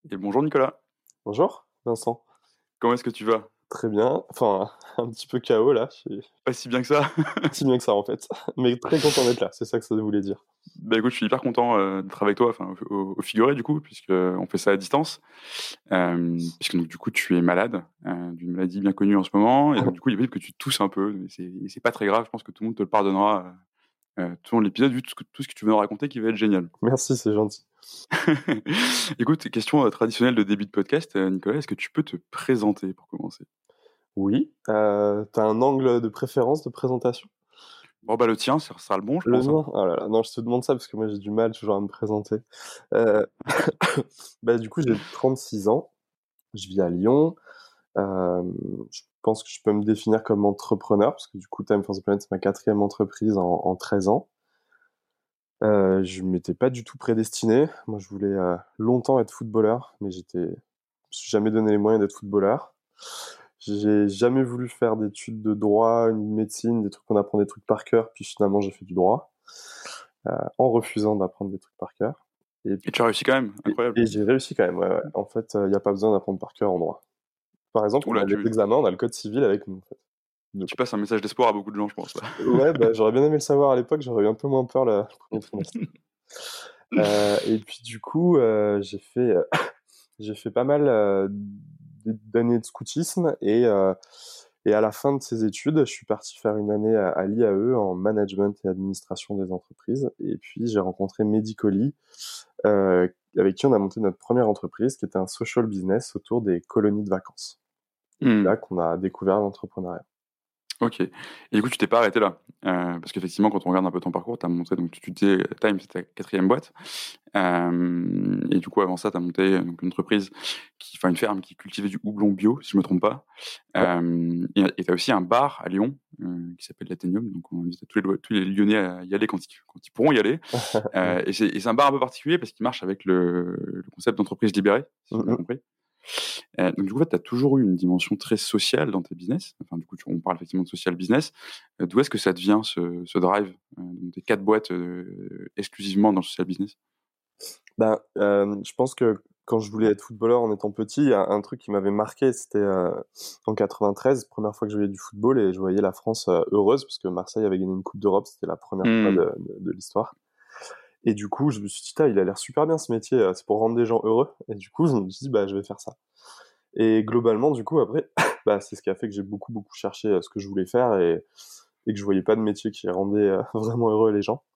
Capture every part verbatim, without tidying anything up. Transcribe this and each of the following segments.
Et bonjour Nicolas, Bonjour, Vincent. comment est-ce que tu vas? Très bien. Enfin, un petit peu K O là, je suis Pas si bien que ça? pas si bien que ça en fait, mais très content d'être là, c'est ça que ça voulait dire. Bah écoute, je suis hyper content euh, d'être avec toi, enfin au, au- au figuré du coup, puisque on fait ça à distance, euh, puisque donc du coup tu es malade euh, d'une maladie bien connue en ce moment, et donc du coup il est possible que tu tousses un peu, et c'est et c'est pas très grave, je pense que tout le monde te le pardonnera euh, euh, tout au long de l'épisode, vu tout ce que, tout ce que tu veux nous raconter qui va être génial. Merci, c'est gentil. Écoute, question euh, traditionnelle de début de podcast, euh, Nicolas, est-ce que tu peux te présenter pour commencer? Oui, heu, tu un angle de préférence de présentation? Bon bah le tien, ça sera le bon, je Le pense, hein. mien? Oh là là, non, je te demande ça parce que moi j'ai du mal toujours à me présenter. Heu, Bah, du coup, j'ai trente-six ans, je vis à Lyon, hem, je pense que je peux me définir comme entrepreneur parce que du coup, Time for the Planet, c'est ma quatrième entreprise en en treize ans. Heu, je m'étais pas du tout prédestiné. Moi, je voulais, heu, longtemps être footballeur, mais j'étais je me suis jamais donné les moyens d'être footballeur. J'ai jamais voulu faire d'études de droit, ni de médecine, des trucs qu'on apprend des trucs par cœur, puis finalement j'ai fait du droit, heu, en refusant d'apprendre des trucs par cœur et Et tu as réussi quand même, et incroyable. et j'ai réussi quand même, ouais, ouais. En fait, il y a pas besoin d'apprendre par cœur en droit. Par exemple, on Oula, a les tu, examens, on a le code civil avec nous, en fait. Donc tu passes un message d'espoir à beaucoup de gens, je pense, là. ouais, bah, j'aurais bien aimé le savoir à l'époque, j'aurais eu un peu moins peur le premier trimestre. Heu et puis du coup, heu, j'ai fait, heu, j'ai fait pas mal, heu, d d'années de scoutisme et heu et à la fin de ces études, je suis parti faire une année à à l'I A E en management et administration des entreprises et puis j'ai rencontré Mehdi Colli, heu, avec qui on a monté notre première entreprise qui était un social business autour des colonies de vacances. Et c'est Hmm. là qu'on a découvert l'entrepreneuriat. Ok. Et du coup, tu t'es pas arrêté là. Euh, parce qu'effectivement, quand on regarde un peu ton parcours, tu as monté, donc tu tu disais, Time, c'était ta quatrième boîte. Euh, et du coup, avant ça, tu as monté euh, donc, une entreprise, qui, enfin une ferme qui cultivait du houblon bio, si je me trompe pas. Ouais. Euh, et tu as aussi un bar à Lyon euh, qui s'appelle l'Athénium. Donc, on invite tous les, tous les Lyonnais à y aller quand ils, quand ils pourront y aller. Euh, et c'est et c'est un bar un peu particulier parce qu'il marche avec le, le concept d'entreprise libérée, si Mmh j'ai bien mh. compris. Euh, donc, du coup, en fait, tu as toujours eu une dimension très sociale dans tes business. Enfin, du coup, tu- on parle effectivement de social business. Euh, d'où est-ce que ça devient ce, ce drive euh, donc des quatre boîtes euh, exclusivement dans le social business? Ben, hem, je pense que quand je voulais être footballeur en étant petit, il y a un truc qui m'avait marqué, c'était, heu, en quatre-vingt-treize, première fois que je voyais du football et je voyais la France, heu, heureuse parce que Marseille avait gagné une coupe d'Europe, c'était la première fois Hmm. de de de l'histoire et du coup, je me suis dit: «Putain, il a l'air super bien ce métier, heu, c'est pour rendre des gens heureux» et du coup, je me suis dit: «Bah, je vais faire ça» et globalement, du coup, après, bah, c'est ce qui a fait que j'ai beaucoup, beaucoup cherché, heu, ce que je voulais faire et et que je voyais pas de métier qui rendait, heu, vraiment heureux les gens.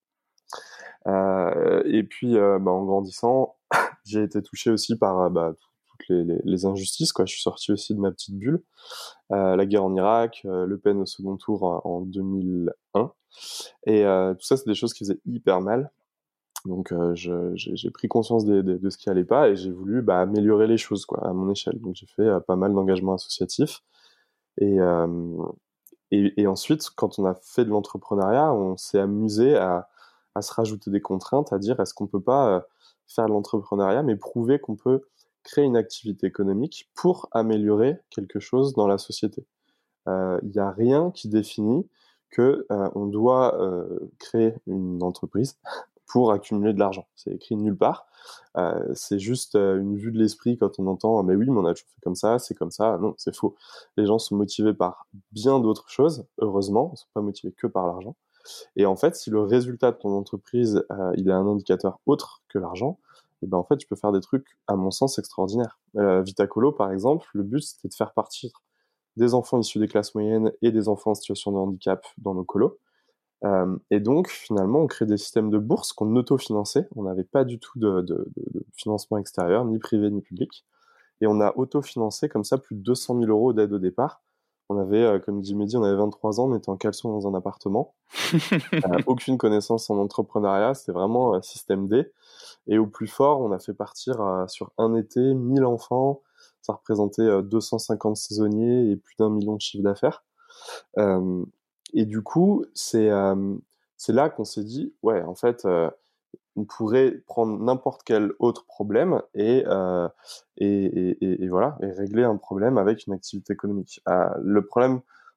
Heu et puis, heu, bah, en grandissant, j'ai été touché aussi par, heu, bah, tout toutes les les les injustices, quoi. Je suis sorti aussi de ma petite bulle. Heu, la guerre en Irak, heu, Le Pen au second tour en en deux mille un et heu, tout ça, c'est des choses qui faisaient hyper mal. Donc heu, je j'ai j'ai pris conscience des des de ce qui allait pas et j'ai voulu, bah, améliorer les choses, quoi, à mon échelle. Donc j'ai fait, heu, pas mal d'engagements associatifs et hem et et ensuite, quand on a fait de l'entrepreneuriat, on s'est amusé à à se rajouter des contraintes, à dire: «Est-ce qu'on peut pas, heu, faire de l'entrepreneuriat, mais prouver qu'on peut créer une activité économique pour améliorer quelque chose dans la société?» Heu, il y a rien qui définit que, heu, on doit, heu, créer une entreprise pour accumuler de l'argent. C'est écrit nulle part. Heu, c'est juste, heu, une vue de l'esprit quand on entend: «Ah mais oui, mais on a toujours fait comme ça, c'est comme ça». Non, c'est faux. Les gens sont motivés par bien d'autres choses, heureusement, ils sont pas motivés que par l'argent et en fait, si le résultat de ton entreprise, heu, il a un indicateur autre que l'argent et ben, en fait, tu peux faire des trucs, à mon sens, extraordinaires. Heu, Vitacolo, par exemple, le but, c'était de faire partir des enfants issus des classes moyennes et des enfants en situation de handicap dans nos colos. Euh, et donc, finalement, on crée des systèmes de bourse qu'on autofinançait. On n'avait pas du tout de, de, de, de financement extérieur, ni privé ni public. Et on a autofinancé comme ça plus de deux cent mille euros d'aide au départ. On avait, euh, comme dit Mehdi, on avait vingt-trois ans, on était en caleçon dans un appartement. Euh, aucune connaissance en entrepreneuriat, c'était vraiment un système D. Et au plus fort, on a fait partir euh, sur un été mille enfants. Ça représentait euh, deux cent cinquante saisonniers et plus d'un million de chiffre d'affaires. Euh, et du coup, c'est euh, c'est là qu'on s'est dit, ouais, en fait, euh, on pourrait prendre n'importe quel autre problème et, euh, et, et, et, et voilà, et régler un problème avec une activité économique. Euh, le problème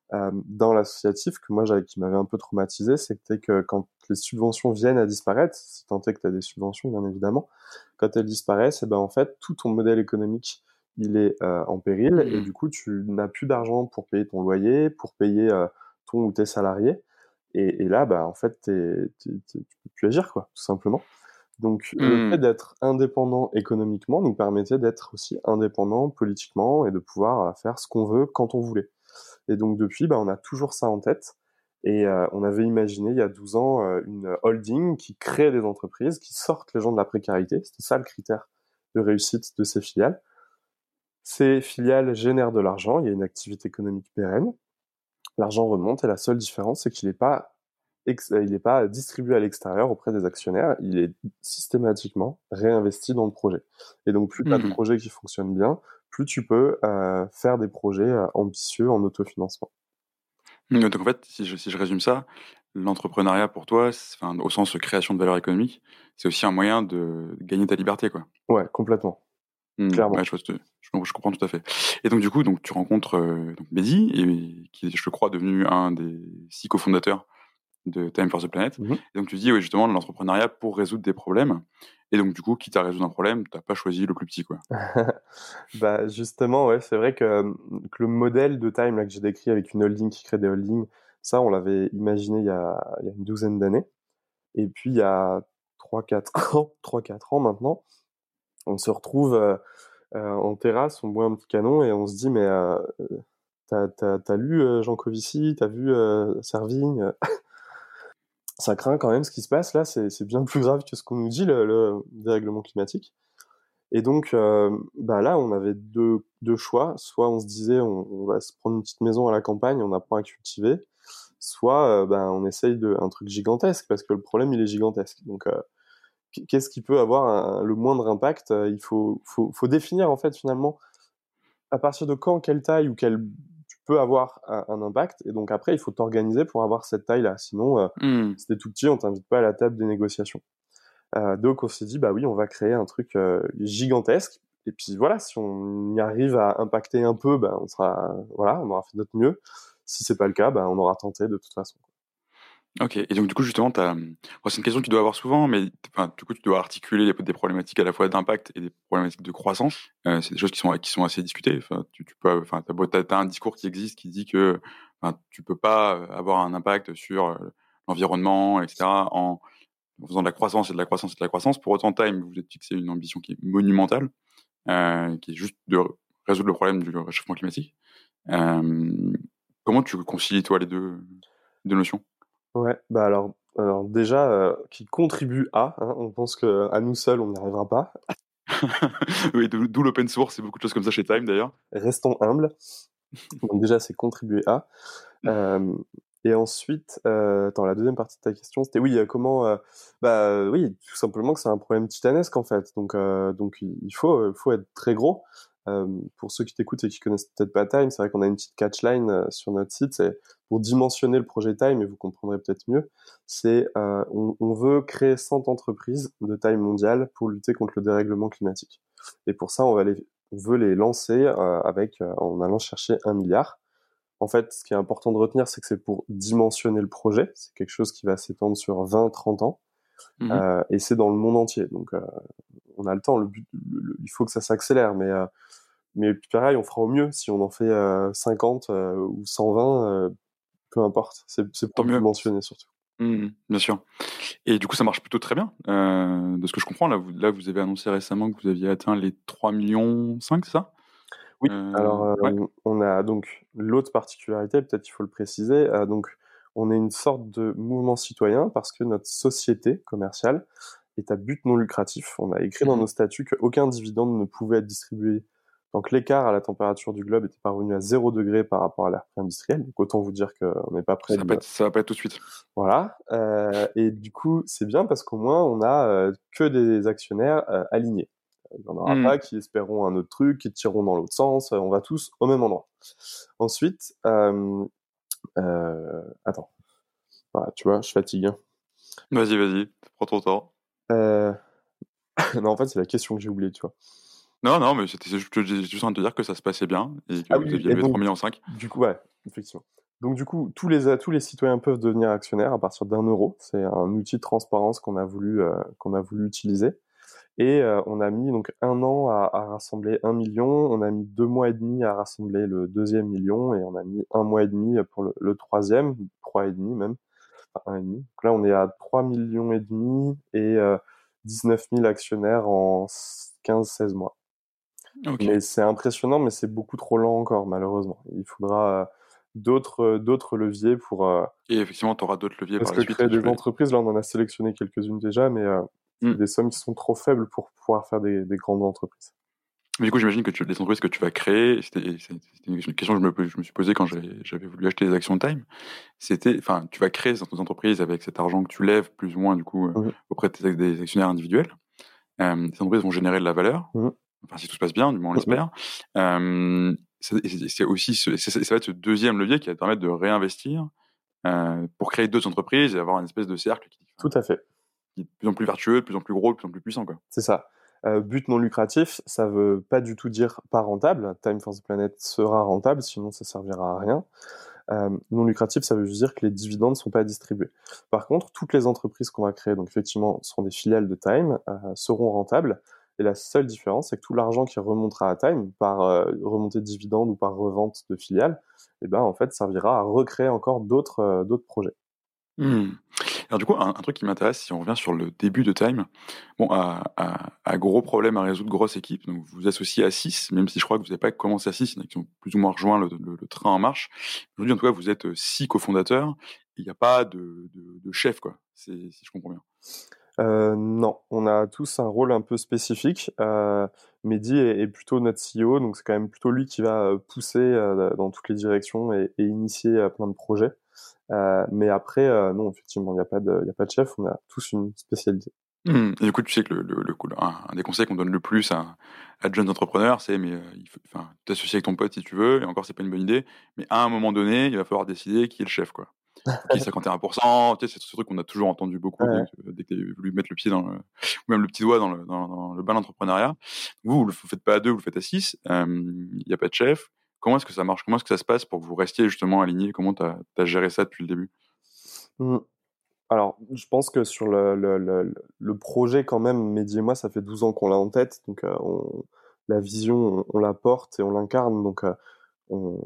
euh, dans l'associatif que moi j'avais, qui m'avait un peu traumatisé, c'était que quand les subventions viennent à disparaître, si tant est que tu as des subventions bien évidemment, quand elles disparaissent, et ben en fait tout ton modèle économique il est euh, en péril et Mmh. du coup tu n'as plus d'argent pour payer ton loyer, pour payer euh, ton ou tes salariés et, et là bah en fait t'es, t'es, t'es, tu peux plus agir quoi tout simplement. Donc le fait Mmh. d'être indépendant économiquement nous permettait d'être aussi indépendant politiquement et de pouvoir euh, faire ce qu'on veut quand on voulait. Et donc depuis, bah, on a toujours ça en tête. Et euh, on avait imaginé il y a douze ans euh, une holding qui crée des entreprises, qui sortent les gens de la précarité. C'était ça le critère de réussite de ces filiales. Ces filiales génèrent de l'argent, il y a une activité économique pérenne, l'argent remonte et la seule différence c'est qu'il n'est pas ex- il n'est pas distribué à l'extérieur auprès des actionnaires, il est systématiquement réinvesti dans le projet. Et donc plus tu as de Mmh. projets qui fonctionnent bien, plus tu peux euh, faire des projets euh, ambitieux en autofinancement. Mmh, donc en fait, si je si je résume ça, l'entrepreneuriat pour toi, c enfin, au sens création de valeur économique, c'est aussi un moyen de gagner ta liberté, quoi? Ouais, complètement, Mmh, clairement. ouais, je vois ce que je com je comprends tout à fait et donc du coup, donc tu rencontres, heu, donc Mehdi et qui est, je crois, devenu un des six cofondateurs de Time for the Planet Mmh. et donc tu dis, oui, justement, l'entrepreneuriat pour résoudre des problèmes et donc du coup, quitte à résoudre un problème, tu as pas choisi le plus petit, quoi? Bah, justement, ouais, c'est vrai que, mmh, que le modèle de Time là, que j'ai décrit avec une holding qui crée des holdings, ça, on l'avait imaginé il y a il y a une douzaine d'années et puis il y a trois quatre ans trois quatre ans maintenant, on se retrouve, heu heu, en terrasse, on boit un petit canon et on se dit: «Mais, heu, t'as t'as tu lu, heu, Jean Covici? T'as vu, heu, Servigne?» Ça craint quand même ce qui se passe là, c'est c'est bien plus grave que ce qu'on nous dit le le dérèglement climatique. Et donc, euh, bah là, on avait deux, deux choix. Soit on se disait, on, on va se prendre une petite maison à la campagne, on apprend à cultiver. Soit, euh, ben, on essaye de un truc gigantesque parce que le problème, il est gigantesque. Donc, euh, qu'est-ce qui peut avoir un- le moindre impact? Euh, Il faut, faut, faut définir en fait finalement à partir de quand, quelle taille ou quel tu peux avoir un, un impact. Et donc après, il faut t'organiser pour avoir cette taille-là. Sinon, euh, Mmh. si t'es tout petit, on t'invite pas à la table des négociations. Euh, donc on s'est dit, bah oui, on va créer un truc euh, gigantesque. Et puis voilà, si on y arrive à impacter un peu, bah, on sera, voilà, on aura fait notre mieux. Si c'est pas le cas, bah, on aura tenté de toute façon. OK et donc du coup, justement, tu mmh, bon, c'est une question que tu dois avoir souvent, mais enfin, du coup, tu dois articuler les des problématiques à la fois d'impact et des problématiques de croissance. Heu, c'est des choses qui sont qui sont assez discutées. Enfin, tu tu peux enfin, tu as beau tu as un discours qui existe qui dit que, enfin, tu peux pas, heu, avoir un impact sur, heu, l'environnement et cetera en en faisant de la croissance et de la croissance et de la croissance. Pour autant, Time, vous vous êtes fixé une ambition qui est monumentale, heu, qui est juste de r résoudre le problème du réchauffement climatique. Hem, comment tu concilies, toi, les deux deux notions? Ouais, bah alors, alors déjà, euh, qui contribue à, hein, on pense que à nous seuls, on n'y arrivera pas. Oui, d'où d'où l'open source et beaucoup de choses comme ça chez Time d'ailleurs. Restons humbles. Donc déjà, c'est contribuer à. Euh, et ensuite, euh, attends, la deuxième partie de ta question, c'était oui, euh, comment, euh, bah euh, oui, tout simplement que c'est un problème titanesque en fait. Donc, euh, donc il faut, euh, faut être très gros. Euh, pour ceux qui t'écoutent et qui connaissent peut-être pas Time, c'est vrai qu'on a une petite catchline euh, sur notre site, c'est pour dimensionner le projet Time, et vous comprendrez peut-être mieux, c'est euh, on, on veut créer cent entreprises de taille mondiale pour lutter contre le dérèglement climatique. Et pour ça, on va les, on veut les lancer euh, avec, euh, en allant chercher un milliard. En fait, ce qui est important de retenir, c'est que c'est pour dimensionner le projet. C'est quelque chose qui va s'étendre sur vingt trente ans. Mmh mh. Euh, et c'est dans le monde entier. Donc, euh, on a le temps. Le but, le- le- il faut que ça s'accélère. Mais, euh, mais pareil, on fera au mieux. Si on en fait euh, cinquante euh, ou cent vingt, euh, peu importe. C'est, c'est Tant pour mieux. dimensionner surtout. Mmh mh. Bien sûr et du coup, ça marche plutôt très bien, heu, de ce que je comprends là, vous là, vous avez annoncé récemment que vous aviez atteint les trois virgule cinq millions, c'est ça? Oui, alors Heu, ouais. euh, on a donc l'autre particularité, peut-être qu'il faut le préciser. Euh, donc, on est une sorte de mouvement citoyen parce que notre société commerciale est à but non lucratif. On a écrit Mmh dans mh. nos statuts qu'aucun dividende ne pouvait être distribué tant que l'écart à la température du globe était parvenu à zéro degré par rapport à l'ère pré-industrielle. Donc autant vous dire qu'on n'est pas prêt Ça va de... pas être ça va pas être tout de suite. Voilà. Euh, et du coup, c'est bien parce qu'au moins, on a euh, que des actionnaires euh, alignés. Il n'y en aura Mmh. pas qui espéreront un autre truc, qui tireront dans l'autre sens. On va tous au même endroit. Ensuite, euh, euh, attends. Voilà, tu vois, je fatigue, hein. Vas-y, vas-y, prends ton temps. Euh, non, en fait, c'est la question que j'ai oubliée, tu vois. Non, non, mais c'était juste j'étais juste en train de te dire que ça se passait bien et que Ah oui, vous oui, aviez et levé donc, trois virgule cinq millions. du coup, ouais, effectivement. Donc du coup, tous les, tous les citoyens peuvent devenir actionnaires à partir d'un euro. C'est un outil de transparence qu'on a voulu, euh, qu'on a voulu utiliser. Et euh, on a mis donc un an à, à rassembler un million, on a mis deux mois et demi à rassembler le deuxième million, et on a mis un mois et demi pour le, le troisième, trois et demi même, enfin un et demi. Donc là, on est à trois millions et demi et euh, dix-neuf mille actionnaires en quinze seize mois. Ok. Mais c'est impressionnant, mais c'est beaucoup trop lent encore, malheureusement. Il faudra euh, d'autres euh, d'autres leviers pour... euh, Et effectivement, tu auras d'autres leviers parce par la que suite. créer des Je vais... entreprises, là, on en a sélectionné quelques-unes déjà, mais euh, c'est Hmm. des sommes qui sont trop faibles pour pouvoir faire des, des grandes entreprises. Mais du coup, j'imagine que tu, les entreprises que tu vas créer, c'était c'était une question que je me, je me suis posée quand j'avais j'avais voulu acheter des actions de Time. C'était, enfin, tu vas créer cette entreprise avec cet argent que tu lèves plus ou moins du coup euh, Mhm. auprès de tes, des actionnaires individuels. Euh, ces entreprises vont générer de la valeur. Mhm. Enfin, si tout se passe bien, du moins on Mhm. l'espère. Euh, c'est c'est- c'est aussi ce, c'est- ça va être ce deuxième levier qui va te permettre de réinvestir euh, pour créer d'autres entreprises et avoir une espèce de cercle qui, Tout enfin, à fait, qui est de plus en plus vertueux, de plus en plus gros, de plus en plus puissant, quoi. c'est ça. Euh, but non lucratif, ça veut pas du tout dire pas rentable. Time for the Planet sera rentable, sinon ça servira à rien. Euh, non lucratif, ça veut juste dire que les dividendes ne sont pas distribués. Par contre, toutes les entreprises qu'on va créer, donc effectivement, seront des filiales de Time, euh, seront rentables. Et la seule différence, c'est que tout l'argent qui remontera à Time par euh, remontée de dividendes ou par revente de filiales, eh ben, en fait, servira à recréer encore d'autres euh, d'autres projets. Hmm. Alors du coup, un, un truc qui m'intéresse, si on revient sur le début de Time, bon, à, à, à gros problème à résoudre, grosse équipe, donc vous vous associez à six, même si je crois que vous n'avez pas commencé à six, il y en a qui ont plus ou moins rejoint le, le, le train en marche. Aujourd'hui, en tout cas, vous êtes six cofondateurs, il n'y a pas de, de, de chef, quoi, c'est, si je comprends bien. Euh, non, on a tous un rôle un peu spécifique. Euh, Mehdi est, est plutôt notre C E O, donc c'est quand même plutôt lui qui va euh, pousser euh, dans toutes les directions et, et initier euh, plein de projets. Euh, mais après, euh, non, effectivement, il n'y a pas de, il y a pas de chef. On a tous une spécialité. Hmm. Et du coup, tu sais que le, le, le, un, un des conseils qu'on donne le plus à, à de jeunes entrepreneurs, c'est mais euh, il faut, enfin, t'associer avec ton pote si tu veux, et encore c'est pas une bonne idée, mais à un moment donné, il va falloir décider qui est le chef, quoi. Qui est cinquante et un pour cent, tu sais, c'est ce truc qu'on a toujours entendu beaucoup dès, Ouais. que- dès que tu as voulu mettre le pied dans le, ou même le petit doigt dans le, dans, dans le bain d'entrepreneuriat. Vous, vous le faites pas à deux, vous le faites à six, il n'y a pas de chef. Comment est-ce que ça marche? Comment est-ce que ça se passe pour que vous restiez justement alignés? Comment tu as géré ça depuis le début? Mm. Alors, je pense que sur le, le, le, le projet, quand même, Mehdi et moi, ça fait douze ans qu'on l'a en tête. Donc, euh, on, la vision, on, on la porte et on l'incarne. Donc, euh, on,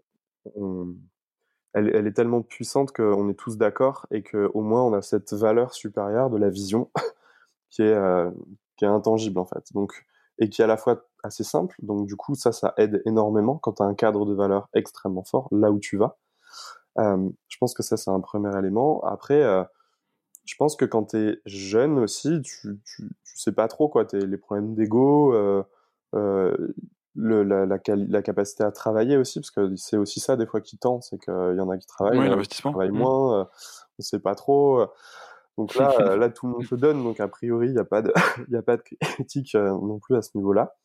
on, elle, elle est tellement puissante qu'on est tous d'accord et qu'au moins, on a cette valeur supérieure de la vision qui est, euh, qui est intangible, en fait. Donc, et qui est à la fois assez simple. Donc, du coup, ça, ça aide énormément quand tu as un cadre de valeur extrêmement fort, là où tu vas. Euh, je pense que ça, c'est un premier élément. Après, euh, je pense que quand t'es jeune aussi, tu, tu, tu sais pas trop quoi, t'es les problèmes d'ego, euh, euh, le, la, la, quali- la capacité à travailler aussi, parce que c'est aussi ça des fois qui tend, c'est qu'il y en a qui travaillent, il Oui, y en a qui l'investissement. travaillent Hmm. moins, euh, on sait pas trop. euh. Donc là, euh, là tout le monde se donne, donc a priori il y a pas de, il y a pas de critique euh, non plus à ce niveau-là.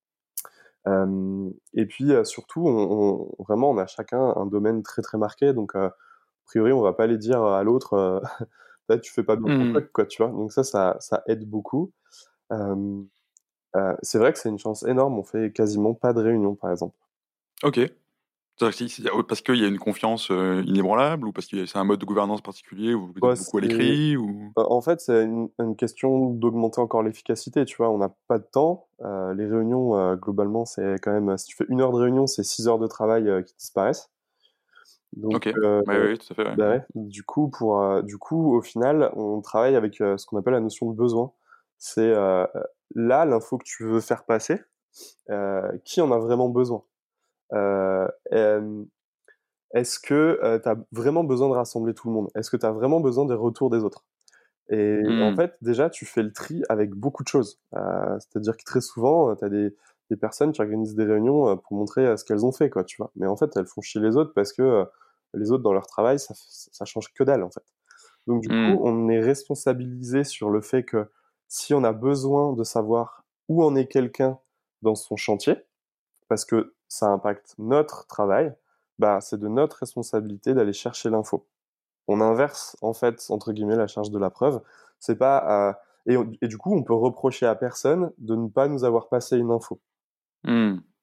Euh, et puis euh, surtout, on, on- vraiment, on a chacun un domaine très très marqué, donc euh, a priori on va pas les dire à l'autre. euh, Là, tu fais pas bien ton Hmm. truc, quoi, tu vois. Donc ça, ça, ça aide beaucoup. Euh, euh, c'est vrai que c'est une chance énorme. On fait quasiment pas de réunions, par exemple. Ok. C'est-à-dire que si- si- Parce qu'il y a une confiance euh, inébranlable ou parce que c'est un mode de gouvernance particulier où vous êtes Bah, beaucoup à c'est- l'écrit ou... euh, En fait, c'est une, une question d'augmenter encore l'efficacité, tu vois. On n'a pas de temps. Euh, les réunions, euh, globalement, c'est quand même, si tu fais une heure de réunion, c'est six heures de travail euh, qui disparaissent. Donc, Ok, euh, ouais, ouais, tout à fait. Ouais. bah ouais. Du coup, pour, euh, du coup, au final, on travaille avec euh, ce qu'on appelle la notion de besoin. C'est euh, là l'info que tu veux faire passer. Euh, qui en a vraiment besoin? Euh, euh, Est-ce que euh, tu as vraiment besoin de rassembler tout le monde? Est-ce que tu as vraiment besoin des retours des autres? Et en Hmm. fait, déjà, tu fais le tri avec beaucoup de choses. Euh, c'est-à-dire que très souvent, tu as des, des personnes qui organisent des réunions euh, pour montrer euh, ce qu'elles ont fait, quoi, tu vois. Mais en fait, elles font chier les autres parce que euh, les autres, dans leur travail, ça, ça change que dalle, en fait. Donc, du coup, Hmm. on est responsabilisé sur le fait que si on a besoin de savoir où en est quelqu'un dans son chantier, parce que ça impacte notre travail, bah, c'est de notre responsabilité d'aller chercher l'info. On inverse, en fait, entre guillemets, la charge de la preuve. C'est pas, euh, et, et du coup, on peut reprocher à personne de ne pas nous avoir passé une info. Hmm.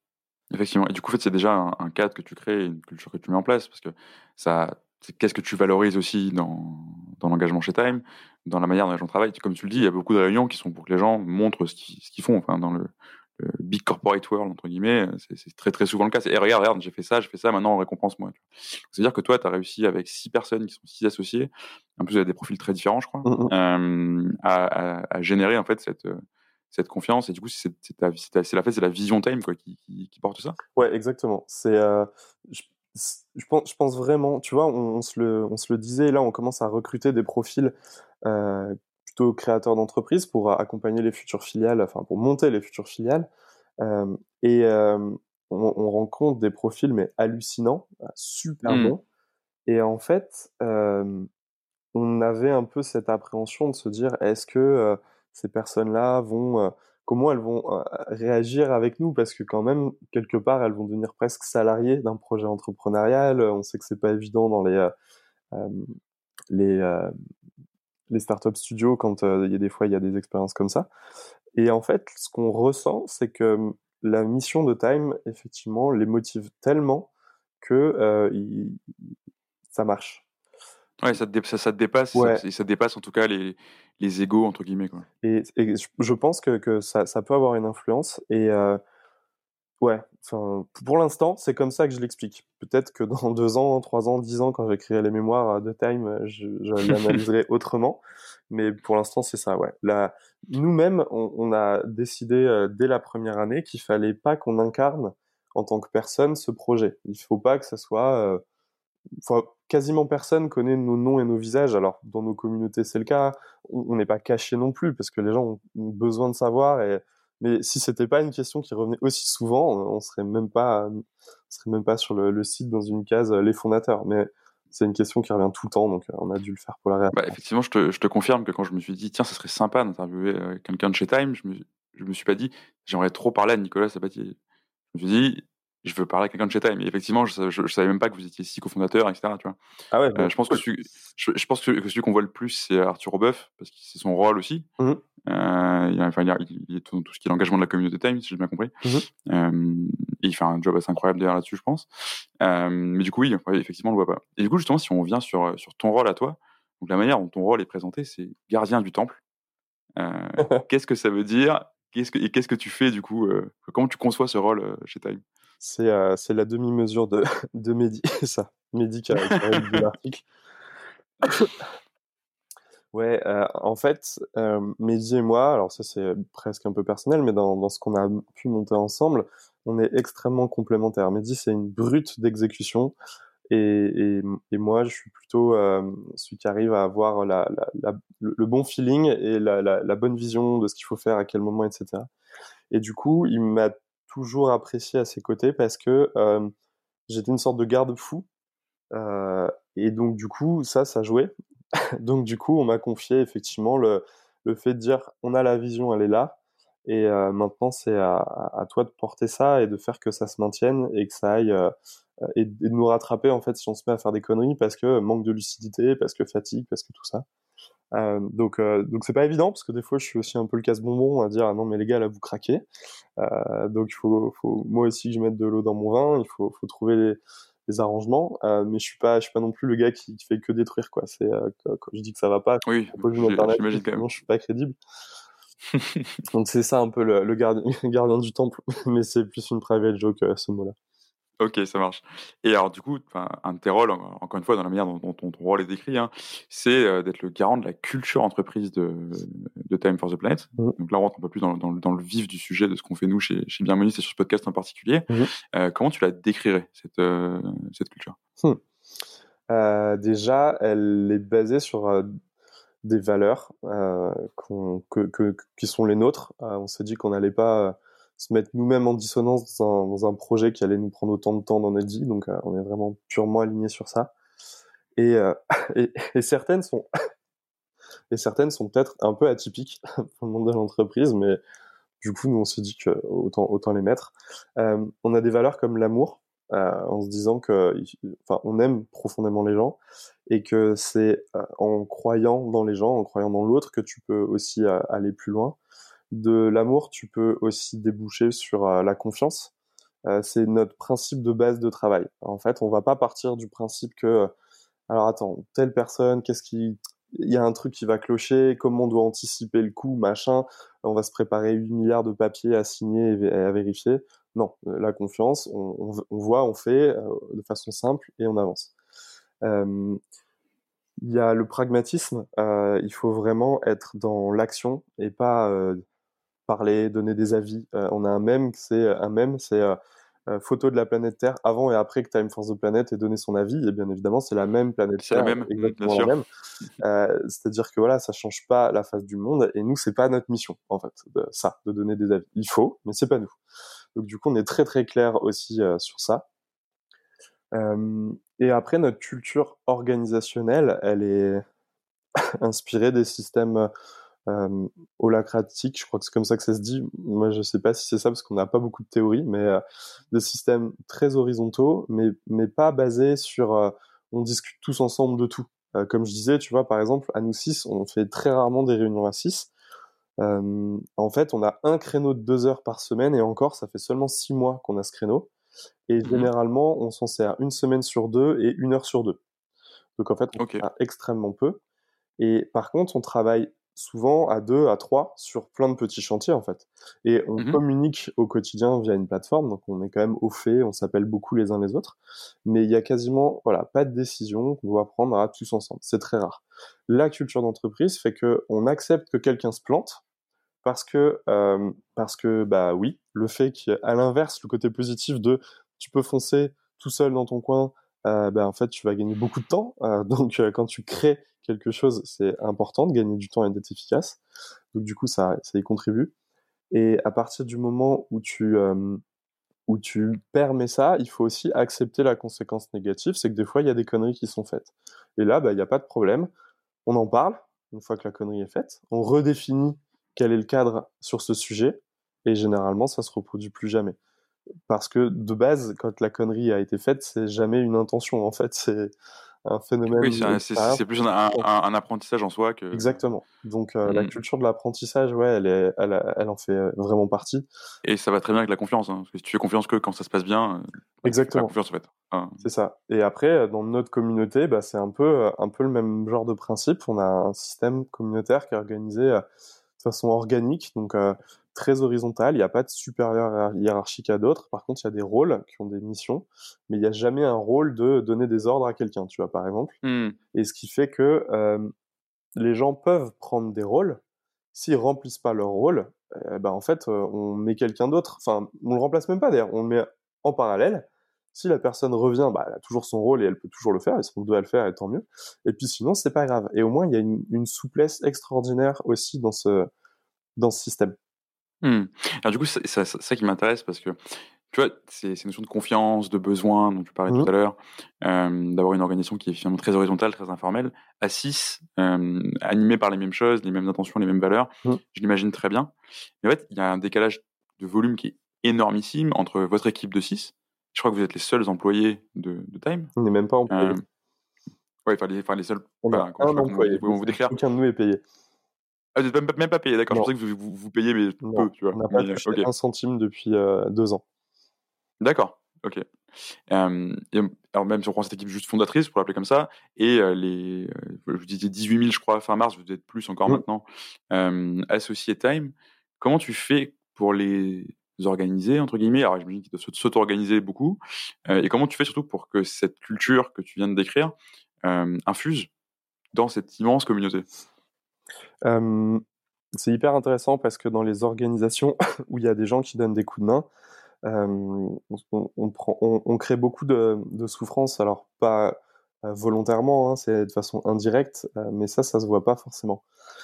Effectivement. Et du coup, en fait, c'est déjà un, un cadre que tu crées, une culture que tu mets en place, parce que ça, c'est qu'est-ce que tu valorises aussi dans, dans l'engagement chez Time, dans la manière dont les gens travaillent. Comme tu le dis, il y a beaucoup de réunions qui sont pour que les gens montrent ce qu'ils, ce qu'ils font. Enfin, dans le, le big corporate world, entre guillemets, c'est, c'est très très souvent le cas. C'est, hey, regarde, regarde, j'ai fait ça, j'ai fait ça, maintenant on récompense moi. C'est-à-dire que toi, tu as réussi avec six personnes qui sont six associés, en plus, vous avez des profils très différents, je crois, Mm, mm. euh, à, à, à générer en fait cette cette confiance. Et du coup, c'est, c'est, ta- c'est, ta- c'est la fait, c'est la vision Time quoi, qui, qui, qui porte ça. Ouais, exactement. C'est, euh, je, c'est- je pense, je pense vraiment, tu vois, on, on se le, on se le disait, là, on commence à recruter des profils euh, plutôt créateurs d'entreprise pour accompagner les futures filiales, enfin pour monter les futures filiales. Euh, et euh, on, on rencontre des profils mais hallucinants, euh, super Hmm. bons. Et en fait, euh, on avait un peu cette appréhension de se dire, est-ce que euh, ces personnes-là vont, euh, comment elles vont euh, réagir avec nous? Parce que quand même, quelque part, elles vont devenir presque salariées d'un projet entrepreneurial. On sait que c'est pas évident dans les, euh, euh, les, euh, les startup studios quand euh, il y a des fois il y a des expériences comme ça. Et en fait, ce qu'on ressent, c'est que la mission de Time, effectivement, les motive tellement que euh, il- ça marche. Ouais, ça te, dé- ça, ça te dépasse, et ça, Ouais, et ça dépasse en tout cas les, les égos, entre guillemets, quoi. et, et je je pense que, que ça, ça peut avoir une influence. Et euh, ouais, enfin, pour l'instant, c'est comme ça que je l'explique. Peut-être que dans deux ans, trois ans, dix ans, quand j'écrirai les mémoires de Time, je, je l'analyserai autrement. Mais pour l'instant, c'est ça, ouais. Là, nous-mêmes, on, on a décidé euh, dès la première année qu'il fallait pas qu'on incarne en tant que personne ce projet. Il faut pas que ça soit euh, enfin, quasiment personne connaît nos noms et nos visages. Alors, dans nos communautés, c'est le cas. On on n'est pas caché non plus, parce que les gens ont ont besoin de savoir. Et... Mais si c'était pas une question qui revenait aussi souvent, on serait même pas, on serait même pas sur le, le site dans une case euh, les fondateurs. Mais c'est une question qui revient tout le temps, donc euh, on a dû le faire pour la Bah, réassurance. effectivement, je te, je te confirme que quand je me suis dit, tiens, ça serait sympa d'interviewer euh, quelqu'un de chez Time, je me, je me suis pas dit, j'aimerais trop parler à Nicolas Sabatier. Je me suis dit, je veux parler à quelqu'un de chez Time. Et effectivement, je, je, je savais même pas que vous étiez six cofondateurs, et cetera. Tu vois. Ah ouais, Euh, bon, je pense que cool. celui, je, je pense que, que celui qu'on voit le plus, c'est Arthur Obeuf, parce que c'est son rôle aussi. Mhm, Euh, il, y a- enfin, il, y a- il est tout, tout ce qui est l'engagement de la communauté Time, si j'ai bien compris. mhm. Euh, et il fait un job assez incroyable derrière là-dessus, je pense. Euh, mais du coup, oui, ouais, effectivement, on le voit pas. Et du coup, justement, si on revient sur, sur ton rôle à toi, donc la manière dont ton rôle est présenté, c'est gardien du temple. Euh, qu'est-ce que ça veut dire? Qu'est-ce que, et qu'est-ce que tu fais du coup? Euh, comment tu conçois ce rôle euh, chez Time? C'est euh, c'est la demi-mesure de, de Mehdi, ça. Mehdi qui a, qui a rédigé l'article. Ouais, euh, en fait, euh, Mehdi et moi, alors ça c'est presque un peu personnel, mais dans, dans ce qu'on a pu monter ensemble, on est extrêmement complémentaires. Mehdi, c'est une brute d'exécution et, et, et moi, je suis plutôt euh, celui qui arrive à avoir la, la, la- le le bon feeling et la, la, la bonne vision de ce qu'il faut faire, à quel moment, et cetera. Et du coup, il m'a toujours apprécié à ses côtés parce que euh, j'étais une sorte de garde-fou. Euh, et donc, du coup, ça, ça jouait. Donc du coup, on m'a confié effectivement le, le fait de dire on a la vision, elle est là, et euh, maintenant c'est à, à toi de porter ça et de faire que ça se maintienne et que ça aille euh, et, et de nous rattraper en fait si on se met à faire des conneries parce que manque de lucidité, parce que fatigue, parce que tout ça. Euh, donc euh, donc c'est pas évident parce que des fois je suis aussi un peu le casse-bonbon à dire ah non mais les gars là vous craquez. Euh, donc il faut, faut moi aussi que je mette de l'eau dans mon vin, il faut, faut trouver les, les arrangements, euh, mais je suis pas, je suis pas non plus le gars qui, qui fait que détruire quoi. C'est euh, quand quand je dis que ça va pas, je Oui, propose une j'ai- alternative, j'imagine quand même. sinon je suis pas crédible. Donc c'est ça un peu le, le gardien, gardien du temple, mais c'est plus une private joke euh, ce mot-là. Ok, ça marche. Et alors, du coup, enfin, un de tes rôles, en- encore une fois, dans la manière dont, dont ton, ton rôle est décrit, hein, c'est euh, d'être le garant de la culture entreprise de, de Time for the Planet. Mhm. Donc là, on rentre un peu plus dans, dans le dans le vif du sujet de ce qu'on fait nous chez, chez Bienvenue, c'est sur ce podcast en particulier. Mhm. Euh, comment tu la décrirais, cette, euh, cette culture? Hmm. Euh, déjà, elle est basée sur euh, des valeurs euh, qu'on- que, que- qui sont les nôtres. Euh, on s'est dit qu'on n'allait pas euh, se mettre nous-mêmes en dissonance dans un, dans un projet qui allait nous prendre autant de temps dans notre vie. Donc, euh, on est vraiment purement aligné sur ça. Et, euh, et, et certaines sont, et certaines sont peut-être un peu atypiques pour le monde de l'entreprise, mais du coup, nous, on s'est dit que autant, autant les mettre. Euh, on a des valeurs comme l'amour, euh, en se disant que, enfin, on aime profondément les gens et que c'est euh, en croyant dans les gens, en croyant dans l'autre, que tu peux aussi euh, aller plus loin. De l'amour, tu peux aussi déboucher sur euh, la confiance. euh, c'est notre principe de base de travail. En fait, on va pas partir du principe que, euh, alors attends, telle personne, qu'est-ce qui, il y a un truc qui va clocher, comment on doit anticiper le coup, machin, on va se préparer huit milliards de papiers à signer et à vérifier. Non, la confiance, on, on, on voit, on fait euh, de façon simple et on avance. Euh, Il y a le pragmatisme, euh, il faut vraiment être dans l'action et pas euh, parler, donner des avis. Euh, on a un mème, c'est un mème, c'est euh, euh, photo de la planète Terre avant et après que Time Force the Planet ait donné son avis. Et bien évidemment, c'est la même planète C'est la Terre, même, mm, bien exactement la sûr. même. Euh, c'est-à-dire que voilà, ça change pas la face du monde et nous, c'est pas notre mission en fait, de, ça, de donner des avis. Il faut, mais c'est pas nous. Donc du coup, on est très très clair aussi euh, sur ça. Euh, et après, notre culture organisationnelle, elle est inspirée des systèmes euh, holacratique, je crois que c'est comme ça que ça se dit. Moi, je sais pas si c'est ça parce qu'on n'a pas beaucoup de théories, mais euh, des systèmes très horizontaux, mais mais pas basés sur euh, on discute tous ensemble de tout. Euh, comme je disais, tu vois, par exemple, à nous six, on fait très rarement des réunions à six. Euh, en fait, on a un créneau de deux heures par semaine et encore, ça fait seulement six mois qu'on a ce créneau. Et Mhm. généralement, on s'en sert une semaine sur deux et une heure sur deux. Donc en fait, on Ok. s'en sert extrêmement peu. Et par contre, on travaille souvent à deux, à trois sur plein de petits chantiers en fait. Et on Mhm. communique au quotidien via une plateforme, donc on est quand même au fait, on s'appelle beaucoup les uns les autres. Mais il y a quasiment, voilà, pas de décision qu'on doit prendre à tous ensemble. C'est très rare. La culture d'entreprise fait que on accepte que quelqu'un se plante parce que, euh, parce que, bah oui, le fait qu'à l'inverse, le côté positif de tu peux foncer tout seul dans ton coin, euh, bah en fait, tu vas gagner beaucoup de temps. Euh, donc, euh, quand tu crées quelque chose, c'est important de gagner du temps et d'être efficace. Donc, du coup, ça, ça y contribue. Et à partir du moment où tu, euh, où tu permets ça, il faut aussi accepter la conséquence négative, c'est que des fois, il y a des conneries qui sont faites. Et là, bah, il n'y a pas de problème. On en parle, une fois que la connerie est faite. On redéfinit quel est le cadre sur ce sujet. Et généralement, ça se reproduit plus jamais. Parce que de base, quand la connerie a été faite, c'est jamais une intention. En fait, c'est un Oui, phénomène c'est c'est- extérieur. c'est plus un, un- un apprentissage en soi que. Exactement. Donc euh, la Mm. culture de l'apprentissage, ouais, elle, est, elle, a- elle en fait vraiment partie. Et ça va très bien avec la confiance, hein, parce que si tu fais confiance que quand ça se passe bien, euh, bah, tu fais pas Exactement. confiance en fait. Enfin, C'est ça. Et après, euh, dans notre communauté, bah, c'est un peu, euh, un peu le même genre de principe. On a un système communautaire qui est organisé euh, de façon organique, donc euh, très horizontale. Il n'y a pas de supérieur hiér- hiérarchique à d'autres. Par contre, il y a des rôles qui ont des missions, mais il n'y a jamais un rôle de donner des ordres à quelqu'un, tu vois, par exemple. mm. Et ce qui fait que euh, les gens peuvent prendre des rôles. S'ils remplissent pas leur rôle, euh, bah, en fait, euh, on met quelqu'un d'autre. Enfin, on le remplace même pas d'ailleurs. On le met en parallèle. Si la personne revient, bah, elle a toujours son rôle et elle peut toujours le faire. Ils seront deux à le faire et tant mieux. Et puis sinon, c'est pas grave. Et au moins, il y a une, une souplesse extraordinaire aussi dans ce, dans ce système. Mm. Alors du coup, c'est c'est ça, ça qui m'intéresse parce que tu vois, c'est ces notions de confiance, de besoin dont tu parlais tout Mhm. à l'heure, euh, d'avoir une organisation qui est finalement très horizontale, très informelle, à six, euh, animée par les mêmes choses, les mêmes intentions, les mêmes valeurs, Mhm. je l'imagine très bien. Mais en fait, il y a un décalage de volume qui est énormissime entre votre équipe de six. Je crois que vous êtes les seuls employés de, de Time. On n'est même pas employé. Euh, ouais, enfin les, enfin, les seuls. On a Enfin, comment, je sais un pas comment employé. vous, comment vous décrire. Aucun de nous est payé. Ah, vous n'êtes même, pas- même pas payé, d'accord. Je Non, pensais que vous, vous, vous payez, mais non. peu, tu vois. On n'a pas Mais euh, touché ok, un centime depuis euh, deux ans. d'accord, ok. Euh, et, alors même si on prend cette équipe juste fondatrice, pour l'appeler comme ça, et euh, les, euh, je disais dix-huit mille, je crois, fin mars, vous êtes plus encore Mhm. maintenant, euh, associés Time, comment tu fais pour les organiser, entre guillemets? Alors j'imagine qu'ils doivent s'auto-organiser beaucoup, euh, et comment tu fais surtout pour que cette culture que tu viens de décrire euh, infuse dans cette immense communauté? Euh, c'est hyper intéressant parce que dans les organisations où il y a des gens qui donnent des coups de main, euh, on, on prend, on, on crée beaucoup de, de souffrance. Alors pas euh, volontairement, hein, c'est de façon indirecte, euh, mais ça, ça se voit pas forcément.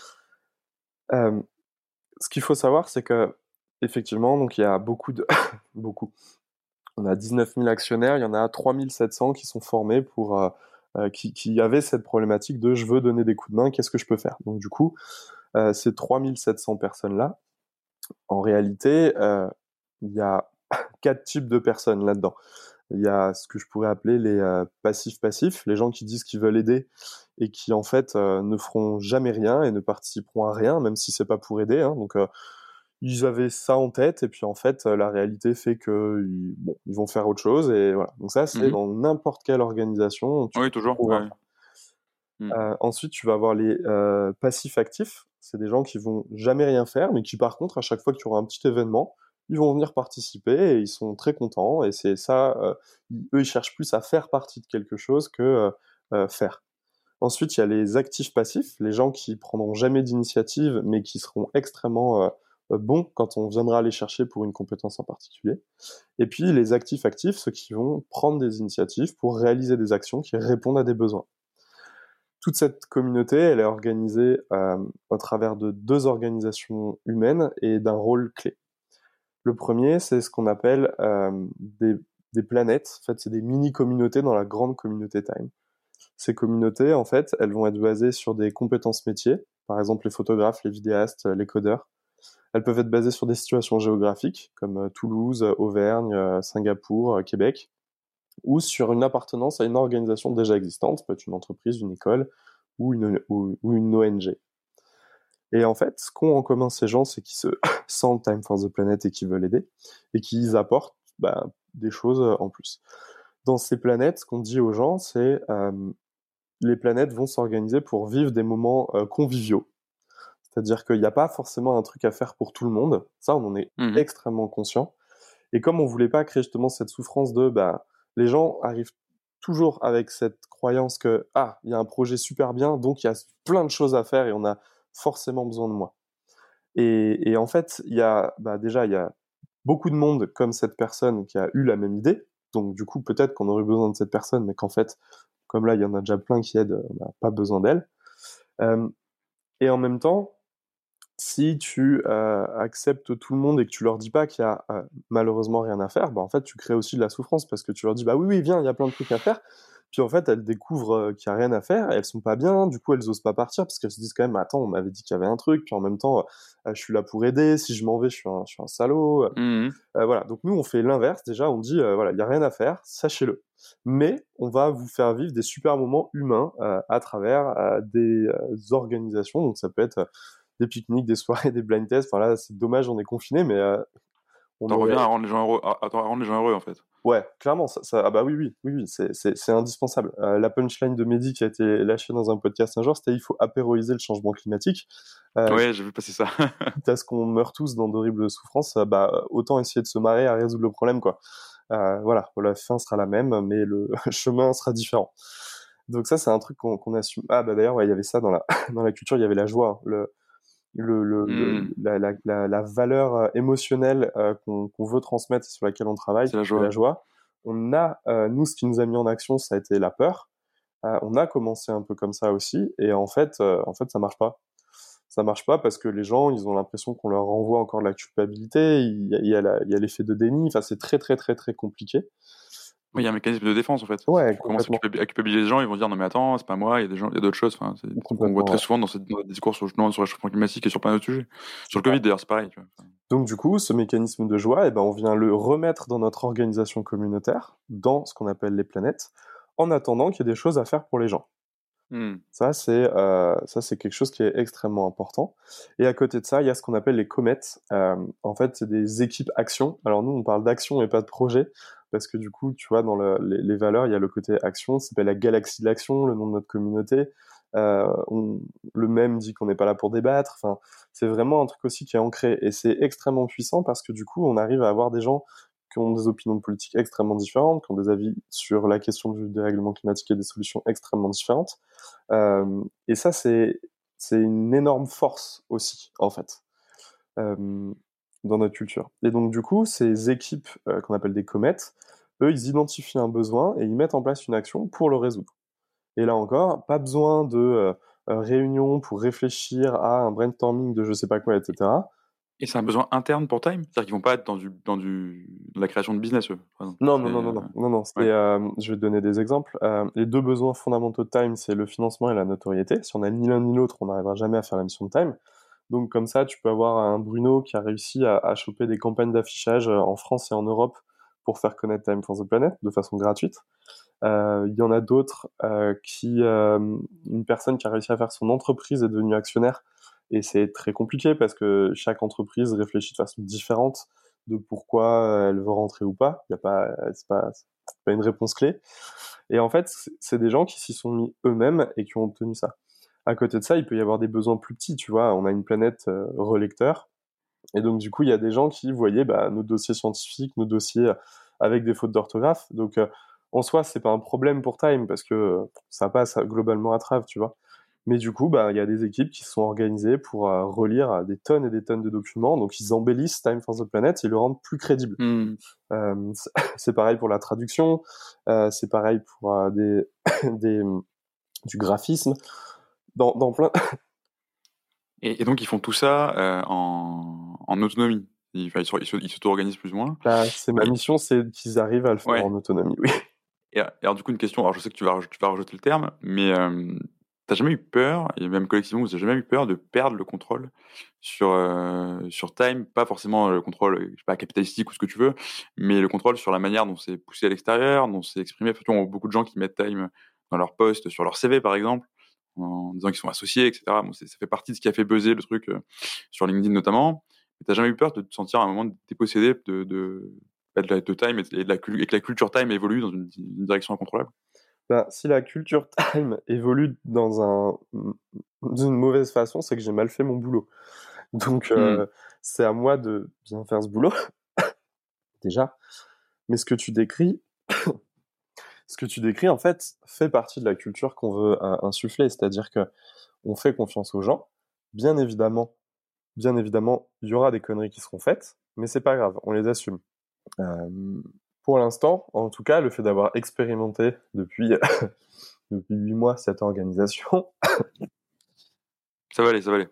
Euh, Ce qu'il faut savoir, c'est que effectivement, donc il y a beaucoup de beaucoup. On a dix-neuf mille actionnaires, il y en a trois mille sept cents qui sont formés pour euh, euh, qui, qui avaient cette problématique de je veux donner des coups de main, qu'est-ce que je peux faire? Donc du coup, euh, ces trois mille sept cents personnes-là, en réalité, euh, il y a quatre types de personnes là-dedans. Il y a ce que je pourrais appeler les euh, passifs-passifs, les gens qui disent qu'ils veulent aider et qui en fait euh, ne feront jamais rien et ne participeront à rien, même si c'est pas pour aider. Hein. Donc euh, ils avaient ça en tête, et puis en fait, la réalité fait que ils, bon, ils vont faire autre chose, et voilà. Donc ça, c'est Mhm. dans n'importe quelle organisation, tu Oui, toujours. trouveras Ouais. ça. Mm. Euh, ensuite, tu vas avoir les euh, passifs actifs. C'est des gens qui vont jamais rien faire, mais qui par contre, à chaque fois que tu auras un petit événement, ils vont venir participer et ils sont très contents. Et c'est ça, euh, ils- eux, ils cherchent plus à faire partie de quelque chose que euh, euh, faire. Ensuite, il y a les actifs passifs, les gens qui prendront jamais d'initiative, mais qui seront extrêmement euh, euh, bons quand on viendra les chercher pour une compétence en particulier. Et puis les actifs actifs, ceux qui vont prendre des initiatives pour réaliser des actions qui répondent à des besoins. Toute cette communauté, elle est organisée euh, au travers de deux organisations humaines et d'un rôle clé. Le premier, c'est ce qu'on appelle euh, des, des planètes. En fait, c'est des mini-communautés dans la grande communauté Time. Ces communautés, en fait, elles vont être basées sur des compétences métiers, par exemple les photographes, les vidéastes, les codeurs. Elles peuvent être basées sur des situations géographiques, comme euh, Toulouse, Auvergne, euh, Singapour, euh, Québec, ou sur une appartenance à une organisation déjà existante, ça peut être une entreprise, une école ou une, ou, ou une O N G. Et en fait, ce qu'ont en commun ces gens, c'est qu'ils se sentent Time for the Planet et qu'ils veulent aider, et qu'ils apportent bah, des choses en plus. Dans ces planètes, ce qu'on dit aux gens, c'est euh, les planètes vont s'organiser pour vivre des moments euh, conviviaux. C'est-à-dire qu'il n'y a pas forcément un truc à faire pour tout le monde. Ça, on en est Mhm. extrêmement conscient. Et comme on voulait pas créer justement cette souffrance de, bah, les gens arrivent toujours avec cette croyance que, ah, il y a un projet super bien, donc il y a plein de choses à faire et on a forcément besoin de moi. Et, et en fait, il y a, bah, déjà, il y a beaucoup de monde comme cette personne qui a eu la même idée. Donc, du coup, peut-être qu'on aurait besoin de cette personne, mais qu'en fait, comme là, il y en a déjà plein qui aident, on n'a pas besoin d'elle. Euh, et en même temps, si tu euh, acceptes tout le monde et que tu leur dis pas qu'il y a euh, malheureusement rien à faire, bah en fait tu crées aussi de la souffrance parce que tu leur dis bah oui oui viens il y a plein de trucs à faire, puis en fait elles découvrent euh, qu'il y a rien à faire, et elles sont pas bien, du coup elles osent pas partir parce qu'elles se disent quand même attends on m'avait dit qu'il y avait un truc, puis en même temps euh, je suis là pour aider, si je m'en vais je suis un, je suis un salaud, Mhm. euh, voilà. Donc nous on fait l'inverse, déjà on dit euh, voilà il y a rien à faire, sachez-le, mais on va vous faire vivre des super moments humains euh, à travers euh, des euh, organisations, donc ça peut être des pique-niques, des soirées, des blind tests. Enfin là, c'est dommage, on est confiné, mais euh, on T'en reviens aurait. à rendre les gens heureux, à, à rendre les gens heureux en fait. Ouais, clairement, ça, ça... ah bah oui, oui, oui, oui, c'est, c'est, c'est indispensable. Euh, la punchline de Mehdi qui a été lâchée dans un podcast un jour, c'était il faut apéroiser le changement climatique. Euh, Ouais, j'ai vu passer ça. quitte à ce qu'on meurt tous dans d'horribles souffrances, euh, bah autant essayer de se marrer à résoudre le problème, quoi. Euh, voilà, la fin sera la même, mais le chemin sera différent. Donc ça, c'est un truc qu'on, qu'on assume. Ah bah d'ailleurs, ouais, il y avait ça dans la dans la culture, il y avait la joie, hein. le le, le, le Mhm. la, la, la, la valeur euh, émotionnelle euh, qu'on, qu'on veut transmettre et sur laquelle on travaille, C'est la c'est la joie. joie. On a, euh, nous, ce qui nous a mis en action, ça a été la peur. Euh, on a commencé un peu comme ça aussi, et en fait, euh, en fait, ça marche pas. Ça marche pas parce que les gens, ils ont l'impression qu'on leur renvoie encore de la culpabilité. Il y a, il y a, la, il y a l'effet de déni. Enfin, c'est très, très, très, très compliqué. Oui, il y a un mécanisme de défense en fait. Si Ouais, tu commences à complètement, culpabi- à culpabiliser les gens, ils vont se dire non mais attends, c'est pas moi, il y a des gens, il y a d'autres choses. Enfin, c'est des trucs qu'on voit complètement, très ouais. souvent dans, cette, dans des discours sur, justement, sur le réchauffement climatique et sur plein d'autres sujets. Sur C'est le ça. Covid d'ailleurs, c'est pareil. Tu vois. Enfin, Donc du coup, ce mécanisme de joie, eh ben, on vient le remettre dans notre organisation communautaire, dans ce qu'on appelle les planètes, en attendant qu'il y ait des choses à faire pour les gens. hmm. Ça, c'est euh, ça, c'est quelque chose qui est extrêmement important. Et à côté de ça, il y a ce qu'on appelle les comètes. Euh, en fait, c'est des équipes action. Alors nous, on parle d'action et pas de projet, parce que du coup, tu vois, dans le, les, les valeurs, il y a le côté action. Ça s'appelle la galaxie de l'action, le nom de notre communauté. Euh, on, le même dit qu'on n'est pas là pour débattre. Enfin, c'est vraiment un truc aussi qui est ancré. Et c'est extrêmement puissant parce que du coup, on arrive à avoir des gens qui ont des opinions politiques extrêmement différentes, qui ont des avis sur la question du dérèglement climatique et des solutions extrêmement différentes. Euh, et ça, c'est c'est une énorme force aussi, en fait, euh, dans notre culture. Et donc, du coup, ces équipes euh, qu'on appelle des comètes, eux, ils identifient un besoin et ils mettent en place une action pour le résoudre. Et là encore, pas besoin de euh, euh, réunion pour réfléchir à un brainstorming de je sais pas quoi, et cetera. Et c'est un besoin interne pour Time? C'est-à-dire qu'ils vont pas être dans, du, dans, du, dans la création de business, eux, par exemple. Non, C'est, non, non, non, euh, non, non, non. C'est, ouais. euh, je vais te donner des exemples. Euh, les deux besoins fondamentaux de Time, c'est le financement et la notoriété. Si on a ni l'un ni l'autre, on n'arrivera jamais à faire la mission de Time. Donc comme ça, tu peux avoir un Bruno qui a réussi à, à choper des campagnes d'affichage euh, en France et en Europe pour faire connaître Time for the Planet de façon gratuite. Euh, Il y en a d'autres euh, qui, euh, une personne qui a réussi à faire son entreprise est devenue actionnaire Et c'est très compliqué parce que chaque entreprise réfléchit de façon différente de pourquoi elle veut rentrer ou pas. Il y a pas, c'est pas, c'est pas une réponse clé. Et en fait, c'est, c'est des gens qui s'y sont mis eux-mêmes et qui ont obtenu ça. À côté de ça, il peut y avoir des besoins plus petits, tu vois. On a une planète euh, relecteur. Et donc, du coup, il y a des gens qui voyaient bah, nos dossiers scientifiques, nos dossiers avec des fautes d'orthographe. Donc, euh, en soi, c'est pas un problème pour Time parce que euh, ça passe globalement à travers, tu vois. Mais du coup, bah, il y a des équipes qui se sont organisées pour euh, relire des tonnes et des tonnes de documents. Donc, ils embellissent Time for the Planet et le rendent plus crédible. Mm. Euh, c'est pareil pour la traduction, euh, c'est pareil pour euh, des, des, du graphisme, dans, dans plein. Et, et donc, ils font tout ça euh, en, en autonomie. Ils, enfin, ils, se- ils se- ils s'auto-organisent plus ou moins. Là, c'est ma Et, mission, c'est qu'ils arrivent à le faire ouais. en autonomie, oui. Et, et alors, du coup, une question. Alors, je sais que tu vas, tu vas rejeter le terme, mais euh, t'as jamais eu peur, et même collectivement, vous avez jamais eu peur de perdre le contrôle sur, euh, sur Time, pas forcément le contrôle, je sais pas, capitalistique ou ce que tu veux, mais le contrôle sur la manière dont c'est poussé à l'extérieur, dont c'est exprimé. Enfin, tu vois, on a beaucoup de gens qui mettent Time dans leur poste, sur leur C V, par exemple, en disant qu'ils sont associés, et cetera. Bon, c'est- ça fait partie de ce qui a fait buzzer le truc euh, sur LinkedIn notamment. Mais t'as jamais eu peur de te sentir à un moment dépossédé de, de, bah, de, la, de Time et, de la, et que la culture Time évolue dans une, une direction incontrôlable? Ben, si la culture Time évolue dans un, d'une mauvaise façon, c'est que j'ai mal fait mon boulot. Donc, euh, Hmm. c'est à moi de bien faire ce boulot, déjà. Mais ce que tu décris, ce que tu décris, en fait, fait partie de la culture qu'on veut euh, insuffler. C'est-à-dire que on fait confiance aux gens. Bien évidemment, bien évidemment, il y aura des conneries qui seront faites, mais c'est pas grave, on les assume. Euh, pour l'instant, en tout cas, le fait d'avoir expérimenté depuis depuis huit mois cette organisation, Ça va aller, ça va aller.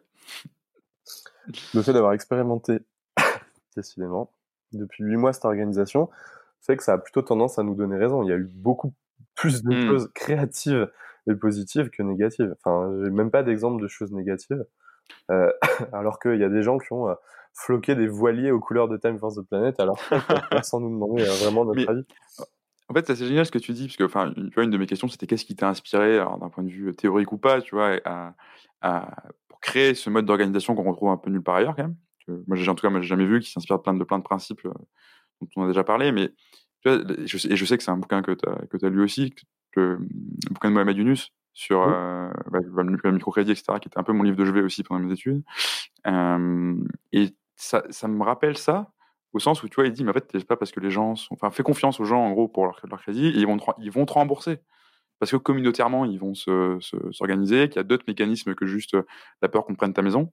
le fait d'avoir expérimenté décidément depuis huit mois cette organisation fait que ça a plutôt tendance à nous donner raison. Il y a eu beaucoup plus de Hmm. choses créatives et positives que négatives. Enfin, j'ai même pas d'exemple de choses négatives. Euh, alors qu'il y a des gens qui ont euh, floqué des voiliers aux couleurs de Time for the Planet à leur tête, euh, sans nous demander euh, vraiment notre Mais avis. en fait, ça, c'est génial ce que tu dis, parce que enfin, une, tu vois, une de mes questions, c'était qu'est-ce qui t'a inspiré, alors, d'un point de vue théorique ou pas, tu vois, à, à- pour créer ce mode d'organisation qu'on retrouve un peu nulle part ailleurs quand même. Que moi, j'ai, en tout cas, moi, j'ai jamais vu, qui s'inspire de plein de, plein de principes euh, dont on a déjà parlé, mais tu vois, je sais- et je sais que c'est un bouquin que tu as que t'as lu aussi, que, que- le bouquin de Mohamed Yunus sur Oui. euh, bah, le le microcrédit, et cetera, qui était un peu mon livre de chevet aussi pendant mes études. Euh, et ça, ça me rappelle ça, au sens où tu vois, il dit, mais en fait, c'est pas parce que les gens sont. Enfin, fais confiance aux gens, en gros, pour leur, leur crédit, et ils vont, te, ils vont te rembourser. Parce que communautairement, ils vont se, se- s'organiser, qu'il y a d'autres mécanismes que juste euh, la peur qu'on prenne ta maison.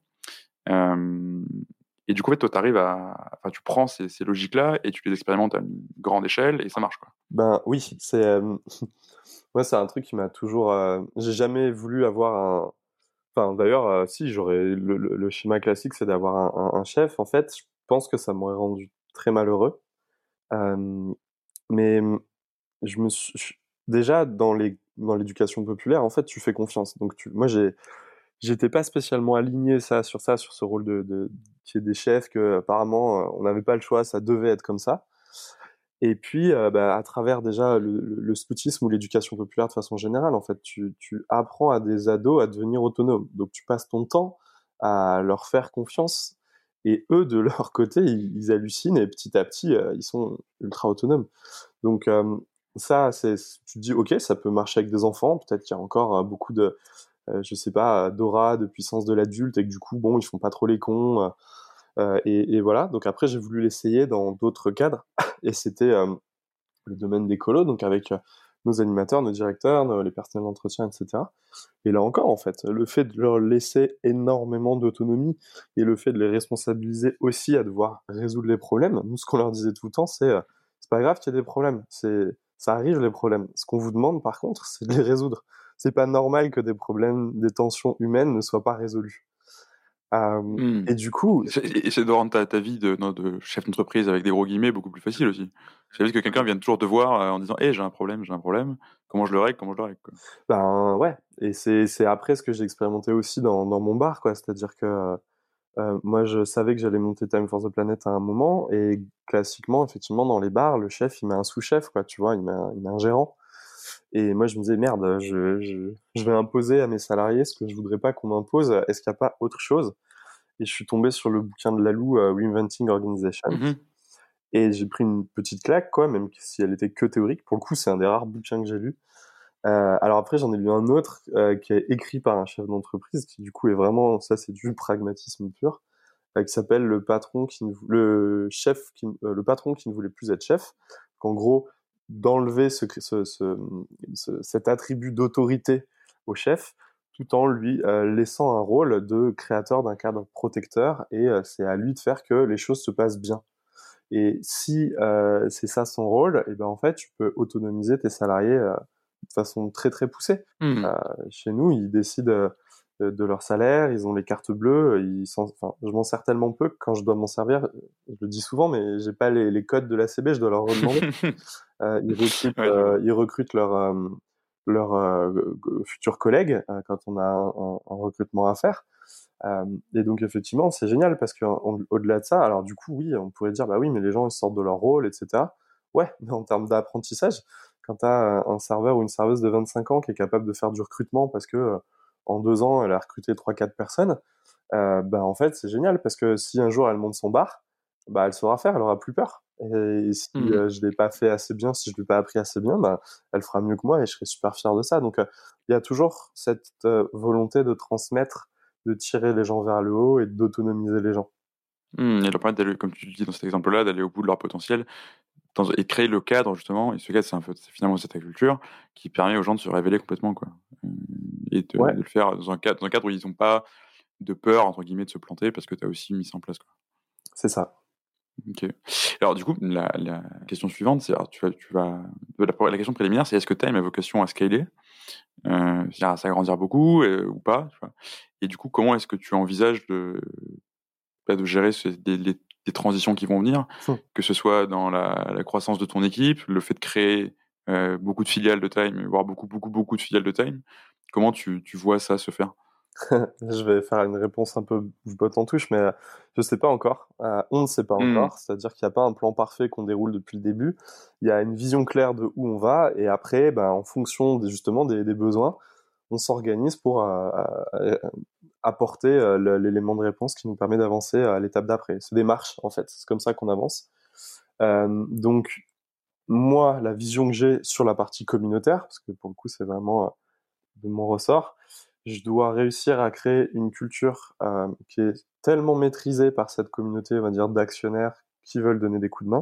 Euh, et du coup, en fait, toi, t'arrives à. Enfin, tu prends ces, ces logiques-là et tu les expérimentes à une grande échelle et ça marche, quoi. Ben oui, c'est euh, moi c'est un truc qui m'a toujours. euh, J'ai jamais voulu avoir un. Enfin d'ailleurs, euh, si j'aurais le, le- le schéma classique, c'est d'avoir un, un- un chef. En fait, je pense que ça m'aurait rendu très malheureux. Euh, mais je me suis je- déjà dans les dans l'éducation populaire, en fait, tu fais confiance. Donc tu, moi j'ai j'étais pas spécialement aligné ça sur ça sur ce rôle de de qui est des chefs que apparemment euh, on n'avait pas le choix, ça devait être comme ça. Et puis, euh, bah, à travers déjà le, le- le scoutisme ou l'éducation populaire de façon générale, en fait, tu, tu apprends à des ados à devenir autonomes. Donc, tu passes ton temps à leur faire confiance. Et eux, de leur côté, ils, ils hallucinent et petit à petit, euh, ils sont ultra autonomes. Donc, euh, ça, c'est, tu te dis, ok, ça peut marcher avec des enfants. Peut-être qu'il y a encore euh, beaucoup de, euh, je sais pas, d'aura, de puissance de l'adulte et que du coup, bon, ils font pas trop les cons. euh, euh, et, et voilà. Donc après, j'ai voulu l'essayer dans d'autres cadres. Et c'était euh, le domaine des colos, donc avec euh, nos animateurs, nos directeurs, nos- les personnels d'entretien, et cetera. Et là encore, en fait, le fait de leur laisser énormément d'autonomie et le fait de les responsabiliser aussi à devoir résoudre les problèmes, nous, ce qu'on leur disait tout le temps, c'est euh, c'est pas grave qu'il y ait des problèmes, c'est ça arrive les problèmes. Ce qu'on vous demande, par contre, c'est de les résoudre. C'est pas normal que des problèmes, des tensions humaines ne soient pas résolues. Euh, Hmm. et du coup, Et c'est et c'est de rendre ta, ta vie de, non, de chef d'entreprise avec des gros guillemets beaucoup plus facile aussi. C'est juste que quelqu'un vienne toujours te voir euh, en disant, hé, j'ai un problème, j'ai un problème. Comment je le règle, comment je le règle, quoi. ben ouais, et c'est c'est après ce que j'ai expérimenté aussi dans dans mon bar quoi, c'est-à-dire que euh, moi je savais que j'allais monter Time for the Planet à un moment et classiquement effectivement dans les bars le chef il met un sous-chef quoi, tu vois, il met un, il met un gérant Et moi, je me disais, merde, je, je, je vais imposer à mes salariés ce que je voudrais pas qu'on m'impose. Est-ce qu'il n'y a pas autre chose? Et je suis tombé sur le bouquin de Lalou, euh, Reinventing Organization. Mhm. Et j'ai pris une petite claque, quoi, même si elle était que théorique. Pour le coup, c'est un des rares bouquins que j'ai lu. Euh, alors après, j'en ai lu un autre euh, qui est écrit par un chef d'entreprise, qui du coup est vraiment, ça c'est du pragmatisme pur, euh, qui s'appelle le patron qui ne, le chef qui, euh, le patron qui ne voulait plus être chef. Qu'en gros, d'enlever ce, ce, ce, ce, cet attribut d'autorité au chef, tout en lui euh, laissant un rôle de créateur d'un cadre protecteur, et euh, c'est à lui de faire que les choses se passent bien. Et si euh, c'est ça son rôle, et ben en fait, tu peux autonomiser tes salariés euh, de façon très très poussée. Mhm. Euh, chez nous, ils décident euh, de leur salaire, ils ont les cartes bleues, ils s'en... enfin, je m'en sers tellement peu que quand je dois m'en servir, je le dis souvent, mais j'ai pas les, les codes de l'A C B, je dois leur redemander. Euh, ils recrutent, Ouais, je euh, vois. ils recrutent leurs euh, leurs euh, futurs collègues euh, quand on a un, un, un recrutement à faire. Euh, et donc effectivement, c'est génial parce que en- au-delà de ça, alors du coup, oui, on pourrait dire, bah oui, mais les gens ils sortent de leur rôle, et cetera. Ouais, mais en termes d'apprentissage, quand tu as un serveur ou une serveuse de vingt-cinq ans qui est capable de faire du recrutement parce que euh, en deux ans, elle a recruté trois quatre personnes, euh, bah en fait, c'est génial parce que si un jour elle monte son bar, bah elle saura faire, elle aura plus peur. Et si Mhm. euh, je l'ai pas fait assez bien, si je l'ai pas appris assez bien, bah elle fera mieux que moi et je serai super fier de ça. Donc euh, il y a toujours cette euh, volonté de transmettre, de tirer les gens vers le haut et d'autonomiser les gens. Mhm. Et leur permettre d'aller, comme tu le dis dans cet exemple-là, d'aller au bout de leur potentiel dans- et créer le cadre, justement. Et ce cadre, c'est un peu, c'est finalement cette culture qui permet aux gens de se révéler complètement, quoi. Euh, Et de, Ouais, de le faire dans un cadre, dans un cadre où ils n'ont pas de peur, entre guillemets, de se planter parce que tu as aussi mis ça en place, quoi. c'est ça. Ok. Alors du coup, la, la question suivante, c'est alors, tu vas, tu vas, la, la question préliminaire, c'est est-ce que Time a vocation à scaler, euh, c'est-à-dire à s'agrandir beaucoup euh, ou pas, tu vois. Et du coup, comment est-ce que tu envisages de, bah, de gérer ces, les, les- les transitions qui vont venir, que ce soit dans la, la croissance de ton équipe, le fait de créer euh, beaucoup de filiales de Time, voire beaucoup, beaucoup, beaucoup de filiales de Time. Comment tu, tu vois ça se faire? Je vais faire une réponse un peu botte en touche, mais euh, je sais pas encore. Euh, on ne sait pas Hmm. encore, c'est-à-dire qu'il n'y a pas un plan parfait qu'on déroule depuis le début. Il y a une vision claire de où on va, et après, ben, en fonction des, justement des, des besoins, on s'organise pour euh, euh, apporter euh, le- l'élément de réponse qui nous permet d'avancer à l'étape d'après. C'est des marches, en fait. C'est comme ça qu'on avance. Euh, donc, moi, la vision que j'ai sur la partie communautaire, parce que pour le coup, c'est vraiment euh, de mon ressort, je dois réussir à créer une culture euh, qui est tellement maîtrisée par cette communauté, on va dire, d'actionnaires qui veulent donner des coups de main,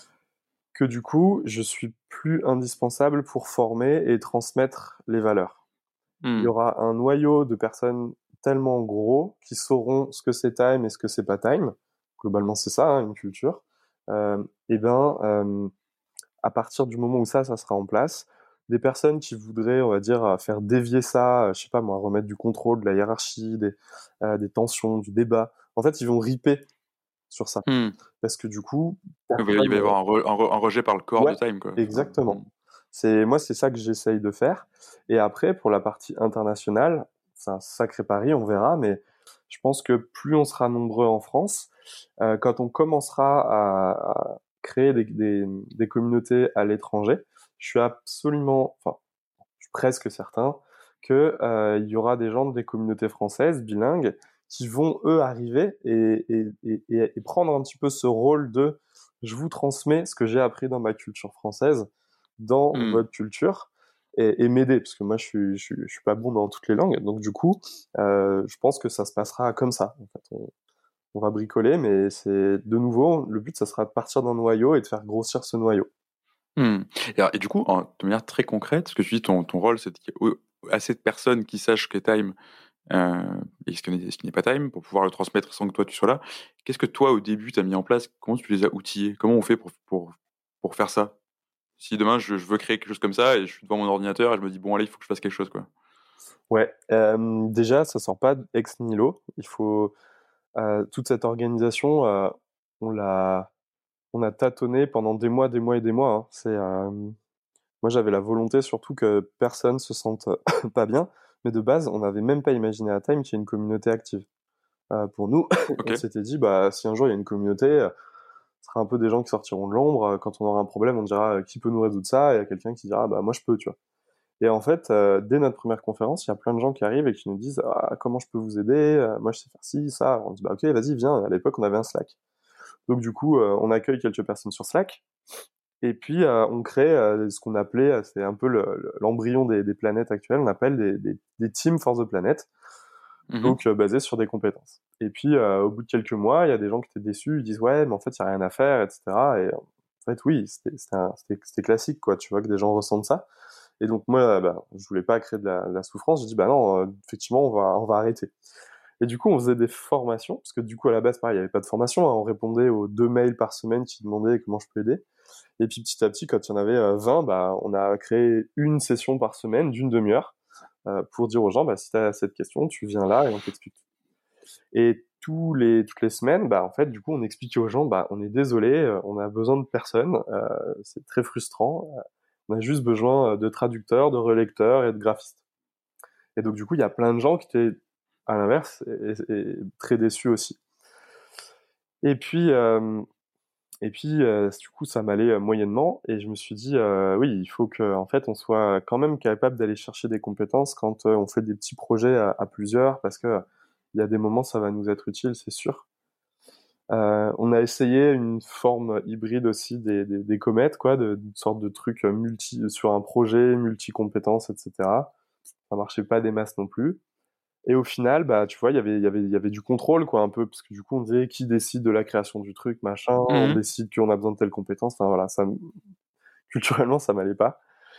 que du coup, je suis plus indispensable pour former et transmettre les valeurs. Il y Hmm. aura un noyau de personnes tellement gros qui sauront ce que c'est time et ce que c'est pas time. Globalement, c'est ça, hein, une culture. Euh, et ben, euh, à partir du moment où ça, ça sera en place, des personnes qui voudraient, on va dire, euh, faire dévier ça, euh, je sais pas moi, remettre du contrôle, de la hiérarchie, des, euh, des tensions, du débat, en fait, ils vont riper sur ça. Hmm. Parce que du coup, Il va il va personne... y euh, avoir un, re- un re- un rejet par le corps de Ouais, Time, quoi. Enfin, hmm. exactement. C'est, moi, c'est ça que j'essaye de faire. Et après, pour la partie internationale, c'est un sacré pari, on verra, mais je pense que plus on sera nombreux en France, euh, quand on commencera à, à créer des, des, des communautés à l'étranger, je suis absolument, enfin, je suis presque certain que euh, il y aura des gens des communautés françaises bilingues qui vont eux arriver et, et, et, et- et prendre un petit peu ce rôle de je vous transmets ce que j'ai appris dans ma culture française dans Hmm. votre culture et, et m'aider parce que moi je suis, je suis je suis pas bon dans toutes les langues, donc du coup euh, je pense que ça se passera comme ça. En fait, on, on va bricoler, mais c'est de nouveau le but, ça sera de partir d'un noyau et de faire grossir ce noyau. Hmm. Et, alors, et du coup, en, de manière très concrète, ce que tu dis, ton, ton rôle, c'est qu'il y ait assez de personnes qui sachent ce qu'est Time euh, et ce qui n'est ce qui n'est pas Time pour pouvoir le transmettre sans que toi tu sois là. Qu'est-ce que toi, au début, tu as mis en place? Comment tu les as outillés? Comment on fait pour, pour, pour faire ça? Si demain, je, je veux créer quelque chose comme ça et je suis devant mon ordinateur et je me dis, bon, allez, il faut que je fasse quelque chose, quoi. Ouais, euh, déjà ça sort pas ex nihilo. Il faut euh, toute cette organisation, euh, on l'a on a tâtonné pendant des mois, des mois et des mois, hein. C'est euh, moi j'avais la volonté surtout que personne se sente pas bien, mais de base on n'avait même pas imaginé à Time qu'il y ait une communauté active. Euh, pour nous, on Ok. s'était dit bah si un jour il y a une communauté, euh, ce sera un peu des gens qui sortiront de l'ombre. euh, Quand on aura un problème, on dira euh, qui peut nous résoudre ça, et il y a quelqu'un qui dira bah moi je peux, tu vois. Et en fait, euh, dès notre première conférence, il y a plein de gens qui arrivent et qui nous disent ah, comment je peux vous aider? Euh, Moi, je sais faire ci, ça. On dit bah ok, vas-y, viens. À l'époque, on avait un Slack. Donc du coup, euh, on accueille quelques personnes sur Slack. Et puis, euh, on crée euh, ce qu'on appelait, euh, c'est un peu le, le- l'embryon des, des planètes actuelles, on appelle des, des, des teams for the planet, Mhm. donc euh, basés sur des compétences. Et puis, euh, au bout de quelques mois, il y a des gens qui étaient déçus, ils disent ouais, mais en fait, il n'y a rien à faire, et cetera. Et en fait, oui, c'était, c'était, un- c'était, c'était classique, quoi. Tu vois que des gens ressentent ça. Et donc moi, euh, bah, je voulais pas créer de la, de la souffrance. J'ai dit bah non, euh, effectivement, on va, on va arrêter. Et du coup, on faisait des formations, parce que du coup, à la base, pareil, il n'y avait pas de formation, hein. On répondait aux deux mails par semaine qui demandaient comment je peux aider. Et puis petit à petit, quand il y en avait euh, vingt, bah, on a créé une session par semaine d'une demi-heure euh, pour dire aux gens, bah, si tu as cette question, tu viens là et on t'explique. Et tous les, toutes les semaines, bah, en fait, du coup, on expliquait aux gens, bah, on est désolé, euh, on a besoin de personne, euh, c'est très frustrant, euh, on a juste besoin euh, de traducteurs, de relecteurs et de graphistes. Et donc, du coup, il y a plein de gens qui étaient, à l'inverse, et, et très déçus aussi. Et puis, euh, Et puis, euh, du coup, ça m'allait euh, moyennement, et je me suis dit, euh, oui, il faut que, en fait, on soit quand même capable d'aller chercher des compétences quand euh, on fait des petits projets à, à plusieurs, parce que euh, il y a des moments, ça va nous être utile, c'est sûr. Euh, on a essayé une forme hybride aussi des, des, des comètes, quoi, de, d'une sorte de truc euh, multi sur un projet multi-compétences, et cetera. Ça marchait pas des masses non plus. Et au final, bah, tu vois, il y avait, il y avait, il y avait du contrôle, quoi, un peu, parce que du coup, on disait qui décide de la création du truc, machin, on Mhm. décide qu'on a besoin de telle compétence. Enfin, voilà, ça, culturellement, ça m'allait pas.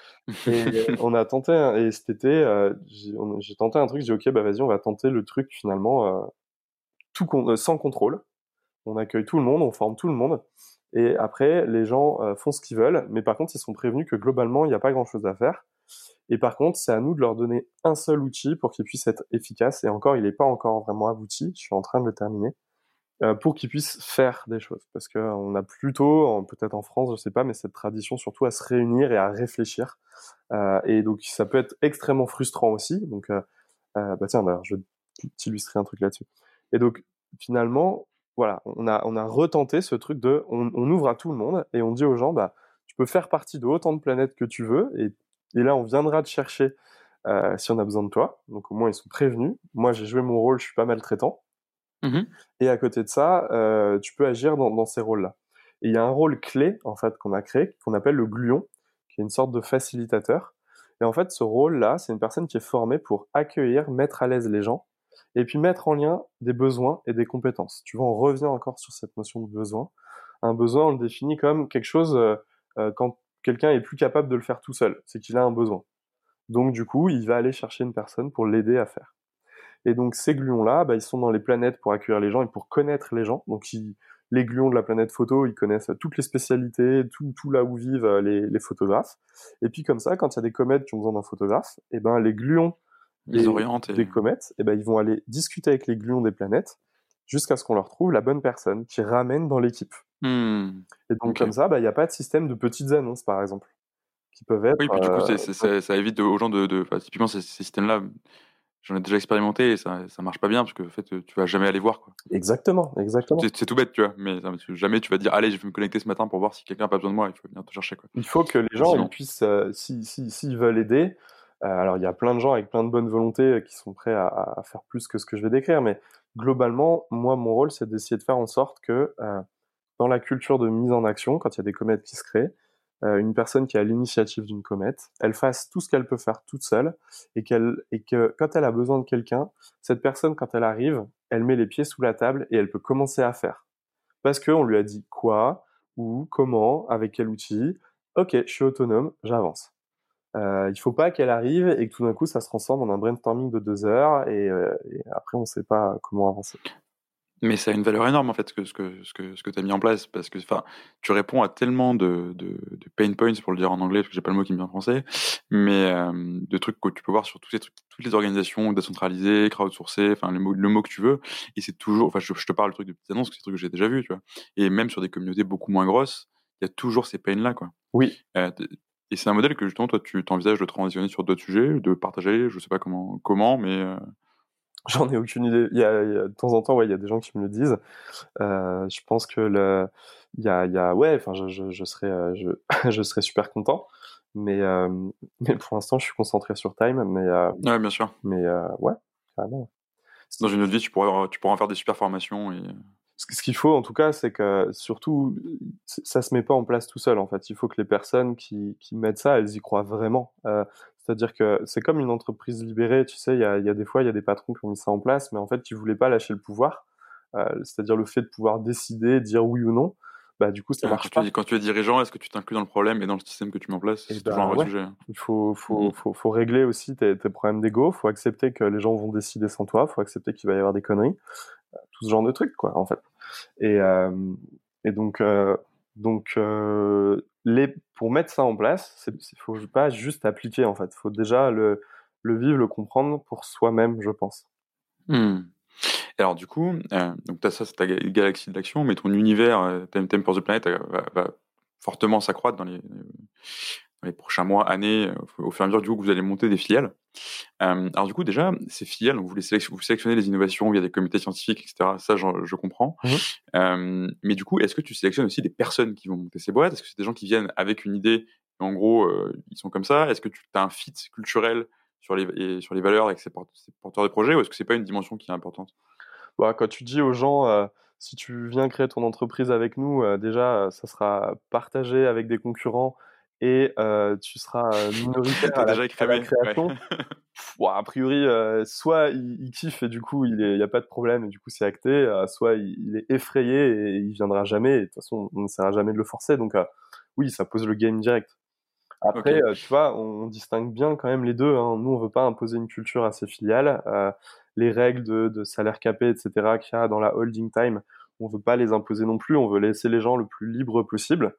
Et on a tenté, un- et cet été, euh, j'ai, on- j'ai tenté un truc, j'ai dit, ok, bah, vas-y, on va tenter le truc, finalement, euh, tout con- euh, sans contrôle. On accueille tout le monde, on forme tout le monde. Et après, les gens euh, font ce qu'ils veulent, mais par contre, ils sont prévenus que globalement, il n'y a pas grand-chose à faire. Et par contre, c'est à nous de leur donner un seul outil pour qu'ils puissent être efficaces. Et encore, il n'est pas encore vraiment abouti. Je suis en train de le terminer. Euh, pour qu'ils puissent faire des choses. Parce qu'on a plutôt, en- peut-être en France, je sais pas, mais cette tradition surtout à se réunir et à réfléchir. Euh, et donc, ça peut être extrêmement frustrant aussi. Donc, euh, euh, bah tiens, d'ailleurs, je vais t'illustrer un truc là-dessus. Et donc, finalement, voilà, on a, on a retenté ce truc de, on, on ouvre à tout le monde et on dit aux gens, bah, tu peux faire partie de autant de planètes que tu veux. Et, et là, on viendra te chercher euh, si on a besoin de toi. Donc, au moins, ils sont prévenus. Moi, j'ai joué mon rôle, je suis pas maltraitant. Mhm. Et à côté de ça, euh, tu peux agir dans, dans ces rôles-là. Et il y a un rôle clé, en fait, qu'on a créé, qu'on appelle le gluon, qui est une sorte de facilitateur. Et en fait, ce rôle-là, c'est une personne qui est formée pour accueillir, mettre à l'aise les gens, et puis mettre en lien des besoins et des compétences. Tu vois, on revient encore sur cette notion de besoin. Un besoin, on le définit comme quelque chose euh, euh, quand quelqu'un est plus capable de le faire tout seul, c'est qu'il a un besoin. Donc, du coup, il va aller chercher une personne pour l'aider à faire. Et donc ces gluons-là, bah, ils sont dans les planètes pour accueillir les gens et pour connaître les gens. Donc ils, les gluons de la planète photo, ils connaissent toutes les spécialités, tout, tout là où vivent euh, les, les photographes. Et puis comme ça, quand il y a des comètes qui ont besoin d'un photographe, et ben les gluons Ils des, orientent et... des comètes, et ben ils vont aller discuter avec les gluons des planètes jusqu'à ce qu'on leur trouve la bonne personne qui ramène dans l'équipe. Hmm. Et donc Ok. comme ça, bah, il n'y a pas de système de petites annonces, par exemple, qui peuvent Oui, être... puis du coup, euh, c'est, c'est- ça, ça évite de- aux gens de... de enfin, typiquement, ces, ces systèmes-là, j'en ai déjà expérimenté et ça, ça marche pas bien parce que en fait, tu vas jamais aller voir, quoi. Exactement, exactement. C'est, c'est tout bête, tu vois, mais ça, jamais tu vas dire, allez, je vais me connecter ce matin pour voir si quelqu'un a pas besoin de moi et tu vas venir te chercher, quoi. Il faut que les gens ils Quasiment. puissent, euh, si, si, s'ils veulent aider, euh, alors il y a plein de gens avec plein de bonne volonté euh, qui sont prêts à, à faire plus que ce que je vais décrire, mais globalement, moi, mon rôle, c'est d'essayer de faire en sorte que euh, dans la culture de mise en action, quand il y a des comètes qui se créent, euh, une personne qui a l'initiative d'une comète, elle fasse tout ce qu'elle peut faire toute seule et qu'elle et que quand elle a besoin de quelqu'un, cette personne, quand elle arrive, elle met les pieds sous la table et elle peut commencer à faire. Parce qu'on lui a dit quoi, où, comment, avec quel outil. Ok, je suis autonome, j'avance. Euh, il faut pas qu'elle arrive et que tout d'un coup ça se transforme en un brainstorming de deux heures et, euh, et après on sait pas comment avancer. Mais ça a une valeur énorme, en fait, ce que, ce que, ce que, ce que tu as mis en place, parce que, enfin, tu réponds à tellement de, de, de pain points, pour le dire en anglais, parce que j'ai pas le mot qui me vient en français, mais euh, de trucs que tu peux voir sur tous les trucs, toutes les organisations décentralisées, crowdsourcées, enfin, le mot, le mot que tu veux, et c'est toujours, enfin, je, je te parle de trucs de petites annonces, c'est des trucs que j'ai déjà vu, tu vois, et même sur des communautés beaucoup moins grosses, il y a toujours ces pains-là, quoi. Oui, Euh, t- et c'est un modèle que, justement, toi, tu t'envisages de transitionner sur d'autres sujets, de partager, je sais pas comment, comment, mais... euh, J'en ai aucune idée. Il y a, il y a de temps en temps, ouais, il y a des gens qui me le disent. Euh, je pense que le, il y a, il y a, ouais, enfin, je, je, je serais, euh, je, je serais super content. Mais, euh, mais pour l'instant, je suis concentré sur Time. Mais, euh, Ouais, bien sûr. mais euh, ouais, carrément. Dans une autre vie, tu pourrais, tu pourrais en faire des super formations. Et... Ce ce qu'il faut, en tout cas, c'est que surtout, c- ça se met pas en place tout seul, en fait. Il faut que les personnes qui, qui mettent ça, elles y croient vraiment. Euh, c'est-à-dire que c'est comme une entreprise libérée, tu sais, il y a, il y a des fois, il y a des patrons qui ont mis ça en place, mais en fait, qui voulaient pas lâcher le pouvoir. Euh, c'est-à-dire le fait de pouvoir décider, dire oui ou non. Bah, du coup, ça Ah, quand marche tu pas. es, quand tu es dirigeant, est-ce que tu t'inclus dans le problème et dans le système que tu mets en place? Et C'est toujours un bah vrai ouais, sujet. Hein. il faut, Mm. faut, faut, faut régler aussi tes, tes problèmes d'ego, faut accepter que les gens vont décider sans toi, faut accepter qu'il va y avoir des conneries, tout ce genre de trucs, quoi, en fait. Et, euh, et donc, euh, donc euh, les, pour mettre ça en place, il faut pas juste appliquer, en fait. Il faut déjà le, le vivre, le comprendre pour soi-même, je pense. Mm. Et alors du coup, euh, donc t'as ça, c'est ta ga- galaxie de l'action, mais ton univers, euh, Time Time for the Planet, euh, va, va fortement s'accroître dans les, dans les prochains mois, années, euh, au fur et à mesure du coup que vous allez monter des filiales. Euh, alors du coup, déjà, ces filiales, donc, vous, les sélection- vous sélectionnez les innovations via des comités scientifiques, et cetera. Ça, je, je comprends. Mhm. Euh, mais du coup, est-ce que tu sélectionnes aussi des personnes qui vont monter ces boîtes? Est-ce que c'est des gens qui viennent avec une idée, et en gros, euh, ils sont comme ça? Est-ce que tu as un fit culturel sur les, et sur les valeurs avec ces, port- ces porteurs de projets, ou est-ce que c'est pas une dimension qui est importante? Bah, quand tu dis aux gens, euh, si tu viens créer ton entreprise avec nous, euh, déjà, euh, ça sera partagé avec des concurrents et euh, tu seras euh, minoritaire T'as à la, déjà à la écrémé, ouais. création. Pff, bon, a priori, euh, soit il, il kiffe et du coup, il n'y a pas de problème et du coup, c'est acté, euh, soit il, il est effrayé et il viendra jamais et de toute façon, on n'essaiera jamais de le forcer. Donc, euh, oui, ça pose le game direct. Ok. Après, euh, tu vois, on, on distingue bien quand même les deux. Hein. Nous, on veut pas imposer une culture à ses filiales. Euh, les règles de, de salaire capé, et cetera, qu'il y a dans la holding time, on veut pas les imposer non plus. On veut laisser les gens le plus libres possible.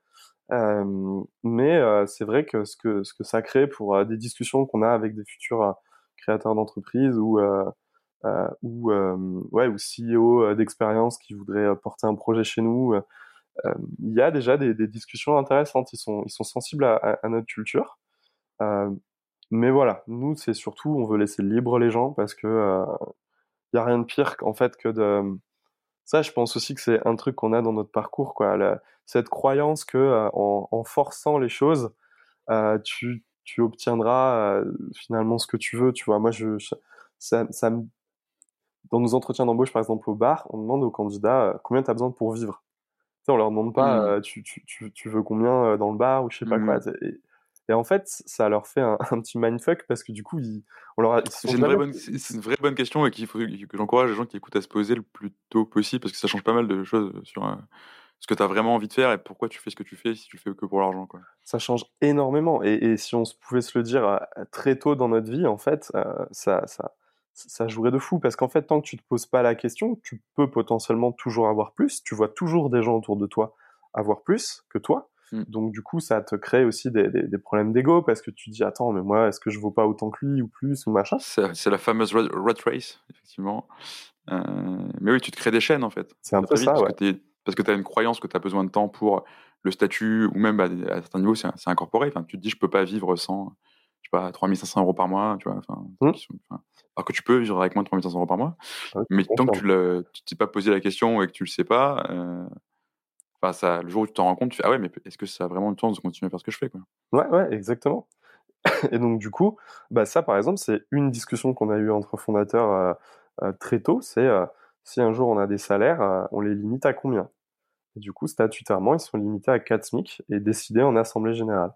Euh, mais euh, c'est vrai que ce que ce que ça crée pour euh, des discussions qu'on a avec des futurs euh, créateurs d'entreprise ou euh, euh, ou euh, ouais ou C E O euh, d'expérience qui voudraient euh, porter un projet chez nous, euh, euh, il y a déjà des, des discussions intéressantes. Ils sont ils sont sensibles à, à, à notre culture. Euh, mais voilà, nous, c'est surtout, on veut laisser libre les gens parce que euh, y a rien de pire qu'en fait que de ça. Je pense aussi que c'est un truc qu'on a dans notre parcours, quoi. La- cette croyance que euh, en, en forçant les choses, euh, tu tu obtiendras euh, finalement ce que tu veux. Tu vois, moi, je, je- ça, ça me- dans nos entretiens d'embauche, par exemple au bar, on demande aux candidats euh, combien tu as besoin pour vivre. Tu sais, on leur demande pas Hmm. euh, tu, tu, tu, tu veux combien euh, dans le bar ou je sais pas quoi. Hmm. Et, et en fait, ça leur fait un, un petit mindfuck parce que du coup, ils, on leur a- ils se sont C'est une vraie jamais. bonne, c'est c'est une vraie bonne question et qu'il faut que j'encourage les gens qui écoutent à se poser le plus tôt possible parce que ça change pas mal de choses sur euh, ce que tu as vraiment envie de faire et pourquoi tu fais ce que tu fais si tu le fais que pour l'argent, quoi. Ça change énormément. Et, et si on se pouvait se le dire euh, très tôt dans notre vie, en fait, euh, ça, ça, ça jouerait de fou. Parce qu'en fait, tant que tu te poses pas la question, tu peux potentiellement toujours avoir plus. Tu vois toujours des gens autour de toi avoir plus que toi. Hmm. Donc du coup, ça te crée aussi des, des, des problèmes d'ego parce que tu te dis, attends, mais moi, est-ce que je vaux pas autant que lui ou plus ou machin? C'est c'est la fameuse rat rat race, effectivement. Euh, mais oui, tu te crées des chaînes en fait, C'est un très peu très vite ça, parce ouais. que t'es, parce que tu as une croyance que tu as besoin de temps pour le statut ou même à, des- à certains niveaux, c'est c'est incorporé. Enfin, tu te dis, je peux pas vivre sans, je sais pas, trois mille cinq cents euros par mois, tu vois. Enfin, Hmm. qui sont- enfin, alors que tu peux vivre avec moins de trois mille cinq cents euros par mois, Ouais, je te mais tant que confirme. tu ne t'es pas posé la question et que tu le sais pas, euh, enfin, ça, le jour où tu t'en rends compte, tu fais, ah ouais, mais est-ce que ça a vraiment du sens de continuer à faire ce que je fais, quoi. Ouais, ouais, exactement. Et donc du coup, bah ça par exemple, c'est une discussion qu'on a eue entre fondateurs euh, euh, très tôt, c'est euh, si un jour on a des salaires, euh, on les limite à combien? Et du coup, statutairement, ils sont limités à quatre SMIC et décidés en assemblée générale.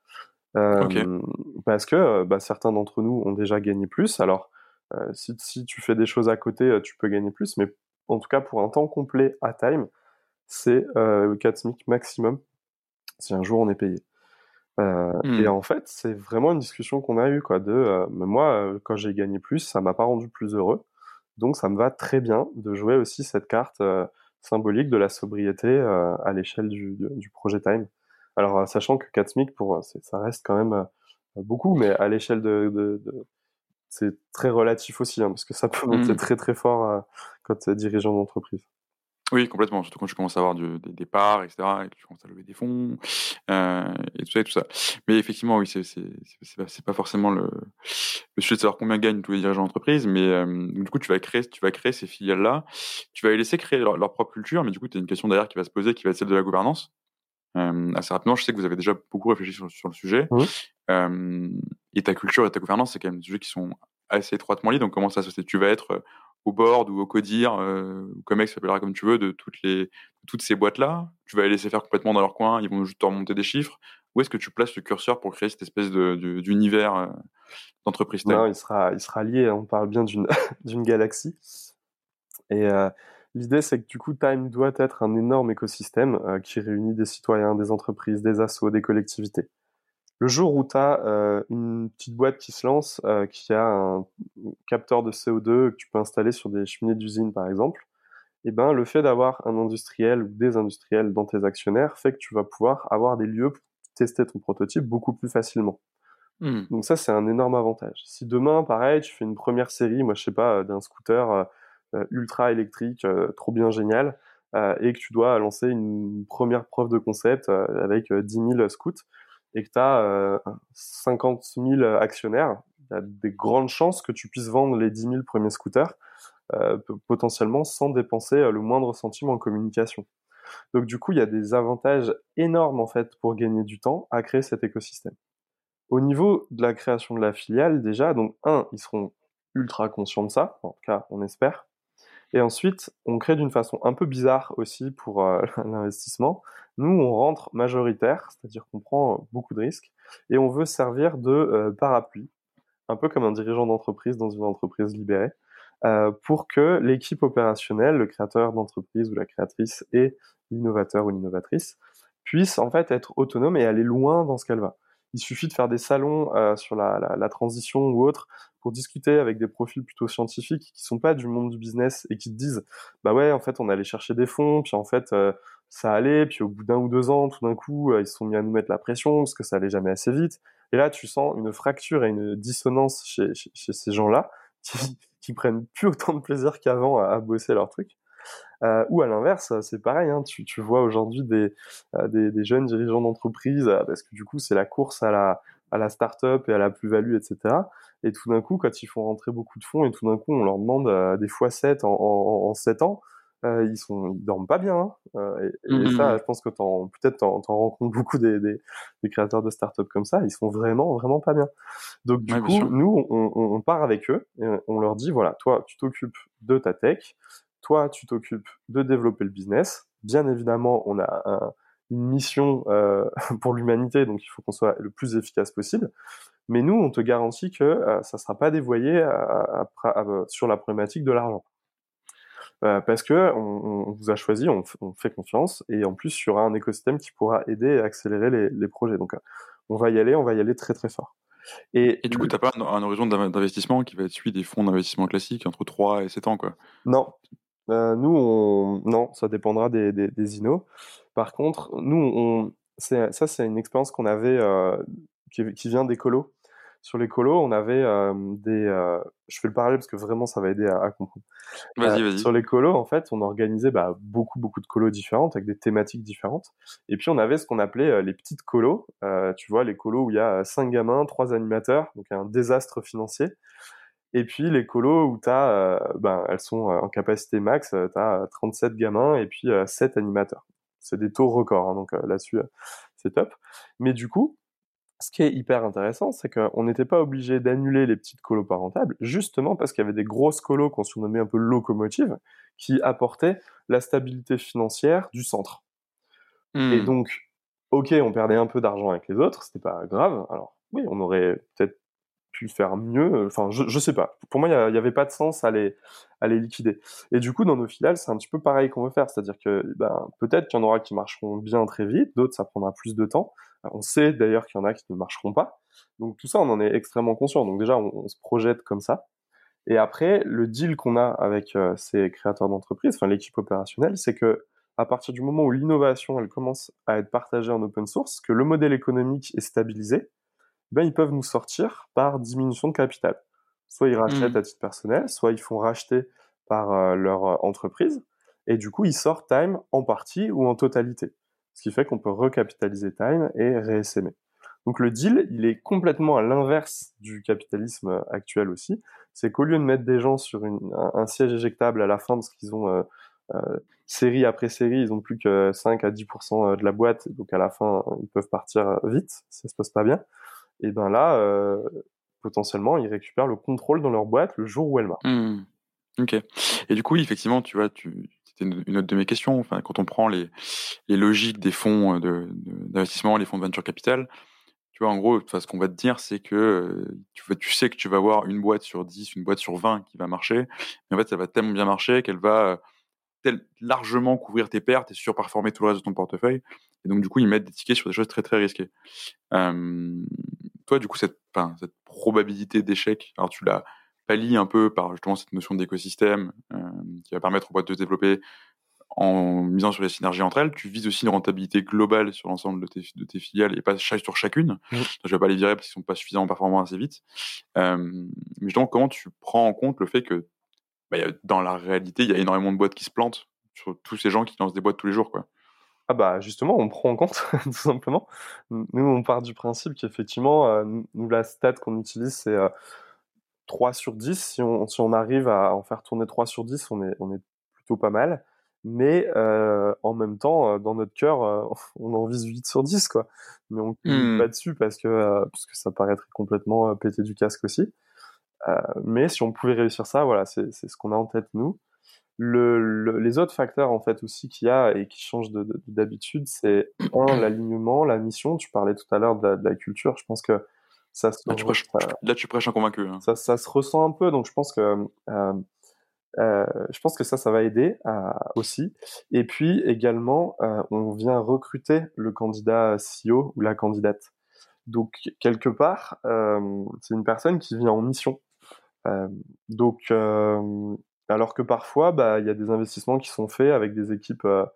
Ok. Euh, parce que euh, bah, certains d'entre nous ont déjà gagné plus. Alors, euh, si, si tu fais des choses à côté, euh, tu peux gagner plus, mais en tout cas pour un temps complet à time, c'est euh, quatre SMIC maximum si un jour on est payé. Euh, et Hmm. en fait, c'est vraiment une discussion qu'on a eue, quoi, de, euh, mais moi, euh, quand j'ai gagné plus, ça m'a pas rendu plus heureux. Donc, ça me va très bien de jouer aussi cette carte euh, symbolique de la sobriété euh, à l'échelle du, du, du projet Time. Alors, euh, sachant que quatre SMIC, pour, euh, c'est- ça reste quand même euh, beaucoup, mais à l'échelle de, de, de- c'est très relatif aussi, hein, parce que ça peut monter Hmm. très très fort euh, quand tu es dirigeant d'entreprise. Oui, complètement, surtout quand tu commences à avoir du des des parts et cetera et que tu commences à lever des fonds, heu et tout ça et tout ça. Mais effectivement, oui, c'est c'est c'est c'est pas c'est pas forcément le le sujet de savoir combien gagnent tous les dirigeants d'entreprise, mais hem, du coup, tu vas créer tu vas créer ces filiales-là. Tu vas les laisser créer leur leur propre culture, mais du coup, tu as une question derrière qui va se poser, qui va être celle de la gouvernance. Hem, assez rapidement, je sais que vous avez déjà beaucoup réfléchi sur sur le sujet. Mmh. Hem et ta culture et ta gouvernance, c'est quand même des sujets qui sont assez étroitement liés, donc comment ça se fait? Tu vas être, heu, au board ou au CODIR, heu, ou COMEX, tu l'appelleras comme tu veux, de toutes les toutes ces boîtes-là? Tu vas les laisser faire complètement dans leur coin, ils vont juste te remonter des chiffres? Où est-ce que tu places le curseur pour créer cette espèce de de d'univers, heu, d'entreprise taille? Non, il sera il sera lié, hein, on parle bien d'une d'une galaxie et heu, l'idée, c'est que du coup, Time doit être un énorme écosystème, heu, qui réunit des citoyens, des entreprises, des assos, des collectivités. Le jour où tu as euh, une petite boîte qui se lance, euh, qui a un capteur de C O deux que tu peux installer sur des cheminées d'usine, par exemple, eh ben, le fait d'avoir un industriel ou des industriels dans tes actionnaires fait que tu vas pouvoir avoir des lieux pour tester ton prototype beaucoup plus facilement. Mmh. Donc ça, c'est un énorme avantage. Si demain, pareil, tu fais une première série, moi, je sais pas, euh, d'un scooter euh, euh, ultra électrique, euh, trop bien génial, euh, et que tu dois lancer une première preuve de concept euh, avec euh, dix mille scouts, et que tu as euh, cinquante mille actionnaires, il y a des grandes chances que tu puisses vendre les dix mille premiers scooters euh, p- potentiellement sans dépenser euh, le moindre centime en communication. Donc du coup, il y a des avantages énormes en fait pour gagner du temps à créer cet écosystème. Au niveau de la création de la filiale, déjà, donc un, ils seront ultra conscients de ça, en tout cas, on espère. Et ensuite, on crée d'une façon un peu bizarre aussi pour euh, l'investissement. Nous, on rentre majoritaire, c'est-à-dire qu'on prend beaucoup de risques, et on veut servir de euh, parapluie, un peu comme un dirigeant d'entreprise dans une entreprise libérée, euh, pour que l'équipe opérationnelle, le créateur d'entreprise ou la créatrice et l'innovateur ou l'innovatrice puissent en fait être autonomes et aller loin dans ce qu'elle va. Il suffit de faire des salons euh, sur la, la, la transition ou autre pour discuter avec des profils plutôt scientifiques qui sont pas du monde du business et qui te disent bah ouais en fait on allait chercher des fonds puis en fait euh, ça allait puis au bout d'un ou deux ans tout d'un coup euh, ils se sont mis à nous mettre la pression parce que ça allait jamais assez vite et là tu sens une fracture et une dissonance chez, chez, chez ces gens-là qui, qui prennent plus autant de plaisir qu'avant à, à bosser leur truc. Euh, ou à l'inverse, c'est pareil, hein, tu, tu vois aujourd'hui des, euh, des, des jeunes dirigeants d'entreprise, euh, parce que du coup c'est la course à la, à la start-up et à la plus-value, et cetera. Et tout d'un coup, quand ils font rentrer beaucoup de fonds, et tout d'un coup on leur demande euh, des fois sept en, en, en sept ans, euh, ils sont ils dorment pas bien. Hein. Euh, et, et ça, Mmh. je pense que t'en, peut-être t'en, t'en rencontres beaucoup des, des, des créateurs de start-up comme ça, ils sont vraiment, vraiment pas bien. Donc du Ouais, bien coup, sûr. nous, on, on, on part avec eux et on leur dit, voilà, toi, tu t'occupes de ta tech, toi, tu t'occupes de développer le business. Bien évidemment, on a un- une mission euh, pour l'humanité, donc il faut qu'on soit le plus efficace possible. Mais nous, on te garantit que euh, ça sera pas dévoyé à- à- à- à- sur la problématique de l'argent. Euh, parce que on, on vous a choisi, on, f- on fait confiance, et en plus, il y aura un écosystème qui pourra aider et accélérer les, les projets. Donc, euh, on va y aller, on va y aller très très fort. Et Et du coup, le- tu as pas un un horizon d'inv d'investissement qui va être celui des fonds d'investissement classiques entre trois et sept ans, quoi? non, Euh, nous, on... non, ça dépendra des, des, des inos. Par contre, nous, on... c'est... ça, c'est une expérience qu'on avait euh, qui, qui vient des colos. Sur les colos, on avait euh, des. euh, Je fais le parallèle parce que vraiment, ça va aider à, à comprendre. Euh, Vas-y, vas-y. sur les colos, en fait, on organisait bah, beaucoup, beaucoup de colos différentes avec des thématiques différentes. Et puis, on avait ce qu'on appelait euh, les petites colos. Euh, tu vois, les colos où il y a euh, cinq gamins, trois animateurs, donc un désastre financier. Et puis les colos où t'as, euh, ben, elles sont euh, en capacité max, euh, t'as euh, trente-sept gamins et puis euh, sept animateurs. C'est des taux records, hein, donc euh, là-dessus, euh, c'est top. Mais du coup, ce qui est hyper intéressant, c'est qu'on n'était pas obligé d'annuler les petites colos parentables, justement parce qu'il y avait des grosses colos qu'on surnommait un peu locomotives, qui apportaient la stabilité financière du centre. Et Mmh. donc, ok, on perdait un peu d'argent avec les autres, c'était pas grave. Alors oui, on aurait peut-être pu faire mieux. Enfin, je, je sais pas. Pour moi, il y, y avait pas de sens à les, à les liquider. Et du coup, dans nos filiales, c'est un petit peu pareil qu'on veut faire. C'est-à-dire que ben, peut-être qu'il y en aura qui marcheront bien très vite, d'autres, ça prendra plus de temps. On sait d'ailleurs qu'il y en a qui ne marcheront pas. Donc tout ça, on en est extrêmement conscient. Donc déjà, on, on se projette comme ça. Et après, le deal qu'on a avec euh, ces créateurs d'entreprise, enfin l'équipe opérationnelle, c'est que à partir du moment où l'innovation elle commence à être partagée en open source, que le modèle économique est stabilisé, ben, ils peuvent nous sortir par diminution de capital. Soit ils rachètent Mmh. à titre personnel, soit ils font racheter par euh, leur euh, entreprise. Et du coup, il sort Time en partie ou en totalité. Ce qui fait qu'on peut recapitaliser Time et réessaimer. Donc le deal, il est complètement à l'inverse du capitalisme actuel aussi. C'est qu'au lieu de mettre des gens sur une, un, un siège éjectable à la fin parce qu'ils ont euh, euh, série après série, ils ont plus que cinq à dix pour cent de la boîte, donc à la fin, ils peuvent partir vite, si ça se passe pas bien. Et ben là, euh, potentiellement, ils récupèrent le contrôle dans leur boîte le jour où elle marche. Mmh. Ok. Et du coup, oui, effectivement, tu vois, tu, c'était une, une autre de mes questions. Enfin, quand on prend les, les logiques des fonds de, de- d'investissement, les fonds de venture capital, tu vois, en gros, enfin, ce qu'on va te dire, c'est que euh, tu, vas- tu sais que tu vas avoir une boîte sur dix, une boîte sur vingt qui va marcher. Mais en fait, ça va tellement bien marcher qu'elle va euh, tel- largement couvrir tes pertes et surperformer tout le reste de ton portefeuille. Et donc, du coup, ils mettent des tickets sur des choses très, très risquées. Euh, Toi, du coup, cette, enfin, cette probabilité d'échec, alors tu la pallies un peu par justement cette notion d'écosystème euh, qui va permettre aux boîtes de se développer en misant sur les synergies entre elles. Tu vises aussi une rentabilité globale sur l'ensemble de tes, de tes filiales et pas chaque sur chacune. Mmh. Je vais pas les virer parce qu'ils sont pas suffisamment performants assez vite. Euh, mais justement, comment tu prends en compte le fait que bah, y a, dans la réalité, il y a énormément de boîtes qui se plantent sur tous ces gens qui lancent des boîtes tous les jours, quoi. Ah bah justement, on prend en compte, tout simplement. Nous, on part du principe qu'effectivement, euh, nous, la stat qu'on utilise, c'est euh, trois sur dix. Si on, si on arrive à en faire tourner trois sur dix, on est, on est plutôt pas mal. Mais euh, en même temps, euh, dans notre cœur, euh, on en vise huit sur dix, quoi. Mais on ne lit Hmm. pas dessus parce que, euh, parce que ça paraîtrait complètement euh, péter du casque aussi. Euh, mais si on pouvait réussir ça, voilà, c'est c'est ce qu'on a en tête, nous. Le, le- les autres facteurs en fait aussi qu'il y a et qui changent de- de- d'habitude, c'est un, l'alignement, la mission. Tu parlais tout à l'heure de la, de la culture. Je pense que ça se, Là, tu re- prêches, ça, tu- là, tu prêches un convaincu, hein. ça, ça se ressent un peu. Donc je pense que euh, euh, je pense que ça, ça va aider euh, aussi. Et puis également, euh, on vient recruter le candidat C E O ou la candidate. Donc quelque part, euh, c'est une personne qui vient en mission. Euh, donc, euh, alors que parfois, bah, il y a des investissements qui sont faits avec des équipes euh,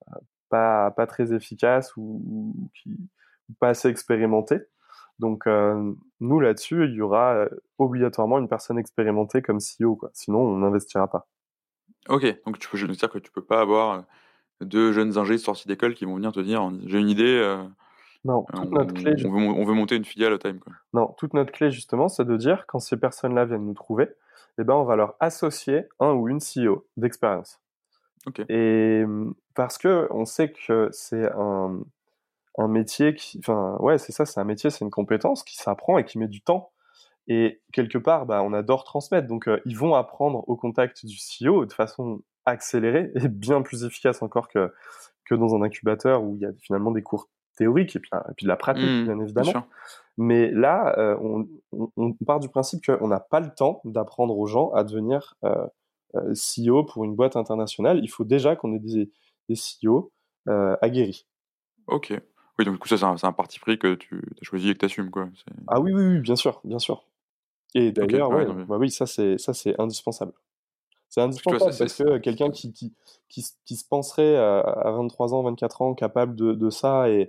pas, pas très efficaces ou, ou qui ou pas assez expérimentées. Donc, euh, nous, là-dessus, il y aura euh, obligatoirement une personne expérimentée comme C E O, quoi. Sinon, on n'investira pas. Ok, donc tu peux, je veux dire que tu peux pas avoir euh, deux jeunes ingés sortis d'école qui vont venir te dire, j'ai une idée, euh, Non, on, toute notre clé, on veut, mon- on veut monter une filiale à Time, quoi. non, toute notre clé, justement, c'est de dire, quand ces personnes-là viennent nous trouver, eh ben, on va leur associer un ou une C E O d'expérience. Ok. Et hum, parce que on sait que c'est un, un métier qui, enfin, ouais, c'est ça, c'est un métier, c'est une compétence qui s'apprend et qui met du temps. Et quelque part, bah, on adore transmettre. Donc, euh, ils vont apprendre au contact du C E O de façon accélérée et bien plus efficace encore que, que dans un incubateur où il y a finalement des cours théoriques et puis, et puis de la pratique, Hmm, bien bien évidemment. sûr. Mais là, euh, on, on, on part du principe qu'on n'a pas le temps d'apprendre aux gens à devenir euh, euh, C E O pour une boîte internationale. Il faut déjà qu'on ait des, des C E O euh, aguerris. Ok. Oui, donc du coup, ça, c'est un, c'est un parti pris que tu as choisi et que tu assumes, quoi. C'est- Ah oui, oui, oui, bien sûr, bien sûr. Et Ok, d'ailleurs, ouais, ouais, non, mais... bah oui, ça c'est ça c'est indispensable. C'est Parce que tu vois, c'est... indispensable c'est- parce c'est- que quelqu'un qui, qui, qui, s- qui se penserait à, à vingt-trois ans, vingt-quatre ans capable de, de ça, et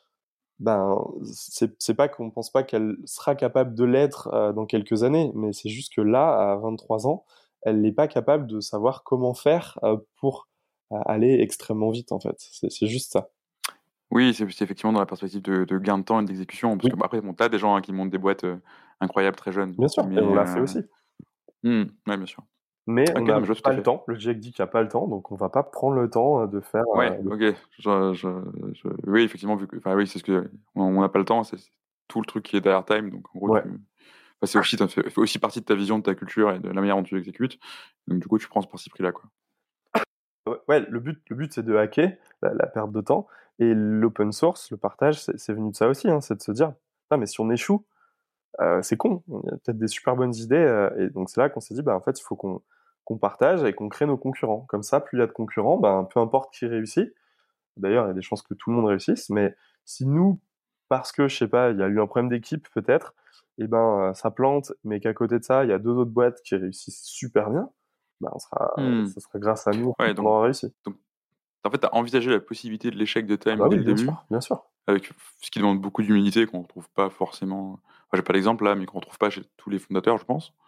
ben c'est c'est pas qu'on pense pas qu'elle sera capable de l'être euh, dans quelques années, mais c'est juste que là, à vingt-trois ans, elle n'est pas capable de savoir comment faire euh, pour euh, aller extrêmement vite en fait. C'est c'est juste ça. Oui, c'est c'est effectivement dans la perspective de, de gain de temps et d'exécution. Parce que, Oui, bah, après, bon, t'as des gens hein, qui montent des boîtes euh, incroyables très jeunes. bien sûr, et Mais... on l'a fait Euh... aussi. hmm, ouais, bien sûr. Mais on Ok, non, n'a mais je vois tout pas à le fait. temps. Le GIEC dit qu'il n'y a pas le temps, donc on va pas prendre le temps euh, de faire. euh, Ouais, ok. Je, je, je- Oui, effectivement, vu que, enfin, oui, c'est ce que on on n'a pas le temps, c'est c'est tout le truc qui est derrière Time. Donc, en gros, tu, Ouais. enfin, c'est aussi, ça fait, fait aussi partie de ta vision, de ta culture et de la manière dont tu l'exécutes. Donc, du coup, tu prends ce parti pris-là, quoi. Ouais, ouais, le but, le but c'est de hacker la, la perte de temps. Et l'open source, le partage, c'est c'est venu de ça aussi. Hein, c'est de se dire, ah, mais si on échoue, euh, c'est con. Il y a peut-être des super bonnes idées. euh, et donc c'est là qu'on s'est dit, bah, en fait, il faut qu'on qu'on partage et qu'on crée nos concurrents. Comme ça, plus il y a de concurrents, ben, peu importe qui réussit. D'ailleurs, il y a des chances que tout le monde réussisse. Mais si nous, parce que, je sais pas, il y a eu un problème d'équipe peut-être, et ben, euh, ça plante, mais qu'à côté de ça, il y a deux autres boîtes qui réussissent super bien, ben, on sera, Hmm. ça sera grâce à nous Ouais, qu'on donc, aura réussi. donc, en fait, tu as envisagé la possibilité de l'échec de Ah Time bah dès oui, le bien début, sûr, bien sûr. avec ce qui demande beaucoup d'humilité qu'on retrouve pas forcément. Enfin, j'ai pas l'exemple là, mais qu'on retrouve pas chez tous les fondateurs, je pense.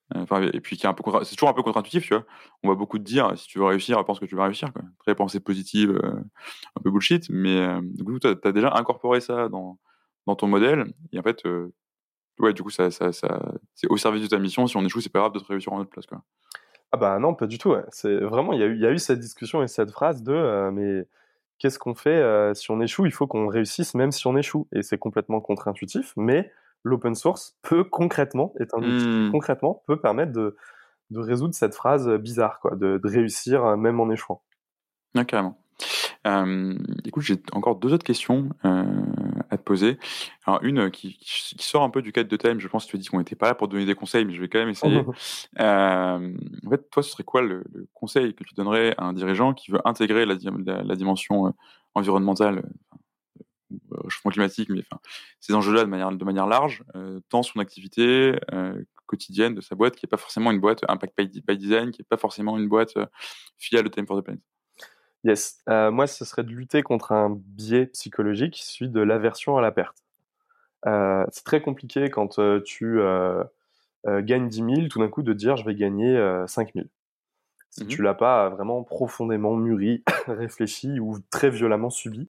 Enfin, et puis qui est un peu contre... c'est toujours un peu contre-intuitif, tu vois. On va beaucoup te dire, si tu veux réussir, pense que tu vas réussir, quoi. Très pensée positive, euh, un peu bullshit, mais euh, du coup, tu as déjà incorporé ça dans, dans ton modèle, et en fait, euh, ouais, du coup, ça, ça, ça, c'est au service de ta mission. Si on échoue, c'est pas grave de te réussir en autre place, quoi. Ah bah non, pas du tout. Ouais. C'est vraiment, il y a eu, il y a eu cette discussion et cette phrase de, euh, mais qu'est-ce qu'on fait euh, si on échoue? Il faut qu'on réussisse même si on échoue. Et c'est complètement contre-intuitif, mais l'open source peut concrètement, est un outil qui Hmm. concrètement peut permettre de, de résoudre cette phrase bizarre, quoi, de, de réussir euh, même en échouant. Ouais, carrément. Euh, écoute, j'ai encore deux autres questions euh, à te poser. Alors, une euh, qui, qui qui sort un peu du cadre de thème. Je pense que tu as dit qu'on n'était pas là pour te donner des conseils, mais je vais quand même essayer. Euh, en fait, toi, ce serait quoi le, le conseil que tu donnerais à un dirigeant qui veut intégrer la, di- la, la dimension euh, environnementale, euh, réchauffement climatique, mais enfin, ces enjeux-là de manière, de manière large, euh, dans son activité euh, quotidienne de sa boîte, qui n'est pas forcément une boîte Impact by, by Design, qui n'est pas forcément une boîte euh, filiale de Time for the Planet. Yes. Euh, moi, ce serait de lutter contre un biais psychologique, celui de l'aversion à la perte. Euh, c'est très compliqué quand euh, tu euh, euh, gagnes dix mille, tout d'un coup de dire je vais gagner euh, cinq mille. Si tu Mhm. l'as pas vraiment profondément mûri, réfléchi ou très violemment subi.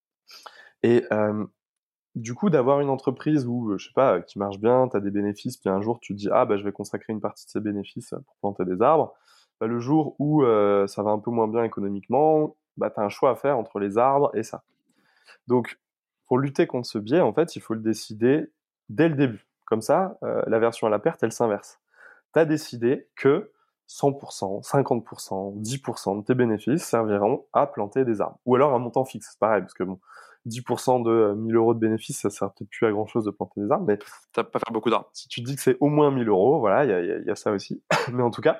Et euh, du coup, d'avoir une entreprise où, euh, je sais pas, qui marche bien, tu as des bénéfices, puis un jour tu te dis ah bah je vais consacrer une partie de ces bénéfices pour planter des arbres. Bah, le jour où euh, ça va un peu moins bien économiquement, bah tu as un choix à faire entre les arbres et ça. Donc, pour lutter contre ce biais, en fait, il faut le décider dès le début. Comme ça, euh, l'aversion à la perte, elle s'inverse. Tu as décidé que cent pour cent, cinquante pour cent, dix pour cent de tes bénéfices serviront à planter des arbres. Ou alors un montant fixe, c'est pareil, parce que bon, dix pour cent de mille euros de bénéfices, ça sert peut-être plus à grand chose de planter des arbres, mais Ça va pas faire beaucoup d'arbres. si tu dis que c'est au moins mille euros, voilà, il y a, y a- y a ça aussi. Mais en tout cas,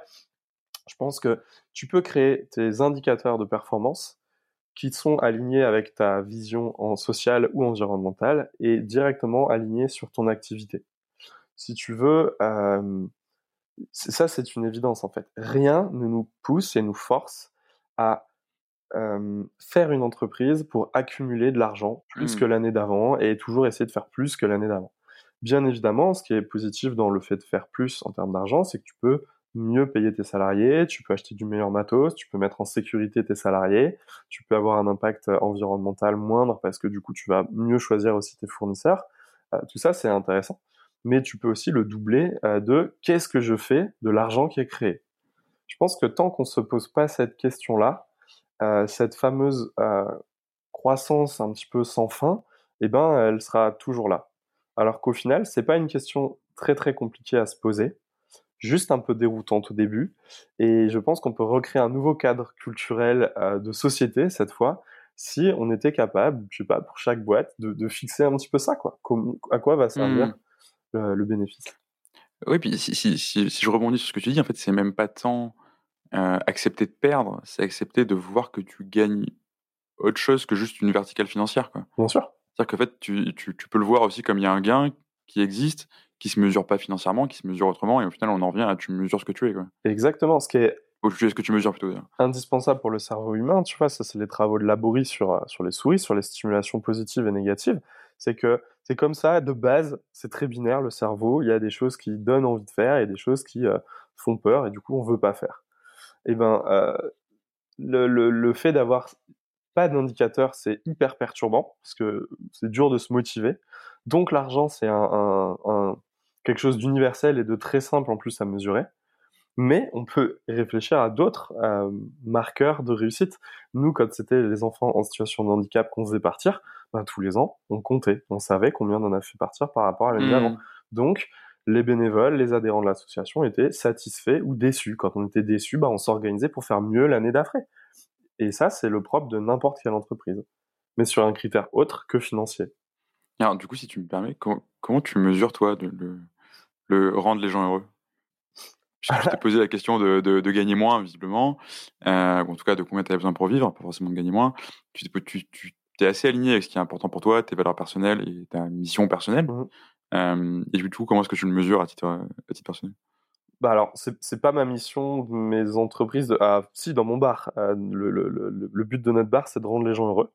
je pense que tu peux créer tes indicateurs de performance qui sont alignés avec ta vision en sociale ou environnementale et directement alignés sur ton activité. Si tu veux, euh, c'est- ça c'est une évidence en fait. Rien ne nous pousse et nous force à euh, faire une entreprise pour accumuler de l'argent plus que Hmm. l'année d'avant et toujours essayer de faire plus que l'année d'avant. Bien évidemment, ce qui est positif dans le fait de faire plus en termes d'argent, c'est que tu peux mieux payer tes salariés, tu peux acheter du meilleur matos, tu peux mettre en sécurité tes salariés, tu peux avoir un impact environnemental moindre parce que du coup tu vas mieux choisir aussi tes fournisseurs. Euh, tout ça c'est intéressant, mais tu peux aussi le doubler euh, de qu'est-ce que je fais de l'argent qui est créé. Je pense que tant qu'on se pose pas cette question-là, euh, cette fameuse euh, croissance un petit peu sans fin, eh ben, elle sera toujours là. Alors qu'au final, c'est pas une question très très compliquée à se poser, juste un peu déroutante au début. Et je pense qu'on peut recréer un nouveau cadre culturel euh, de société cette fois, si on était capable, je sais pas, pour chaque boîte, de, de fixer un petit peu ça, quoi. Comme- à quoi va servir Hmm. le, le bénéfice. Oui, puis si, si, si, si je rebondis sur ce que tu dis, en fait, c'est même pas tant euh, accepter de perdre, c'est accepter de voir que tu gagnes autre chose que juste une verticale financière, quoi. Bien sûr. C'est-à-dire qu'en fait, tu, tu, tu peux le voir aussi comme il y a un gain qui existe, qui se mesure pas financièrement, qui se mesure autrement, et au final, on en revient à tu mesures ce que tu es, quoi. Exactement. Ce qui est Ou tu es ce que tu mesures plutôt, d'ailleurs. indispensable pour le cerveau humain, tu vois, ça c'est les travaux de Laborie sur, euh, sur les souris, sur les stimulations positives et négatives, c'est que c'est comme ça, de base, c'est très binaire le cerveau, il y a des choses qui donnent envie de faire, il y a des choses qui euh, font peur et du coup on veut pas faire. Et ben, euh, le, le, le fait d'avoir pas d'indicateur, c'est hyper perturbant, parce que c'est dur de se motiver. Donc l'argent, c'est un, un, un- quelque chose d'universel et de très simple en plus à mesurer. Mais on peut réfléchir à d'autres euh, marqueurs de réussite. Nous, quand c'était les enfants en situation de handicap qu'on faisait partir, ben, tous les ans, on comptait. On savait combien on en a fait partir par rapport à l'année d'avant. Hmm. Donc, les bénévoles, les adhérents de l'association étaient satisfaits ou déçus. Quand on était déçus, ben, on s'organisait pour faire mieux l'année d'après. Et ça, c'est le propre de n'importe quelle entreprise. Mais sur un critère autre que financier. Alors, du coup, si tu me permets, comment, comment tu mesures, toi, de, le, le rendre les gens heureux? Puisque je t'ai posé la question de, de, de gagner moins, visiblement, euh, ou en tout cas de combien tu as besoin pour vivre, pas forcément de gagner moins. Tu, t'es- tu, tu es assez aligné avec ce qui est important pour toi, tes valeurs personnelles et ta mission personnelle. Mhm. Euh, et du coup, comment est-ce que tu le mesures à titre, à titre personnel? Bah alors, c'est c'est pas ma mission de mes entreprises. De- ah, si, dans mon bar. Euh, le, le, le, le but de notre bar, c'est de rendre les gens heureux.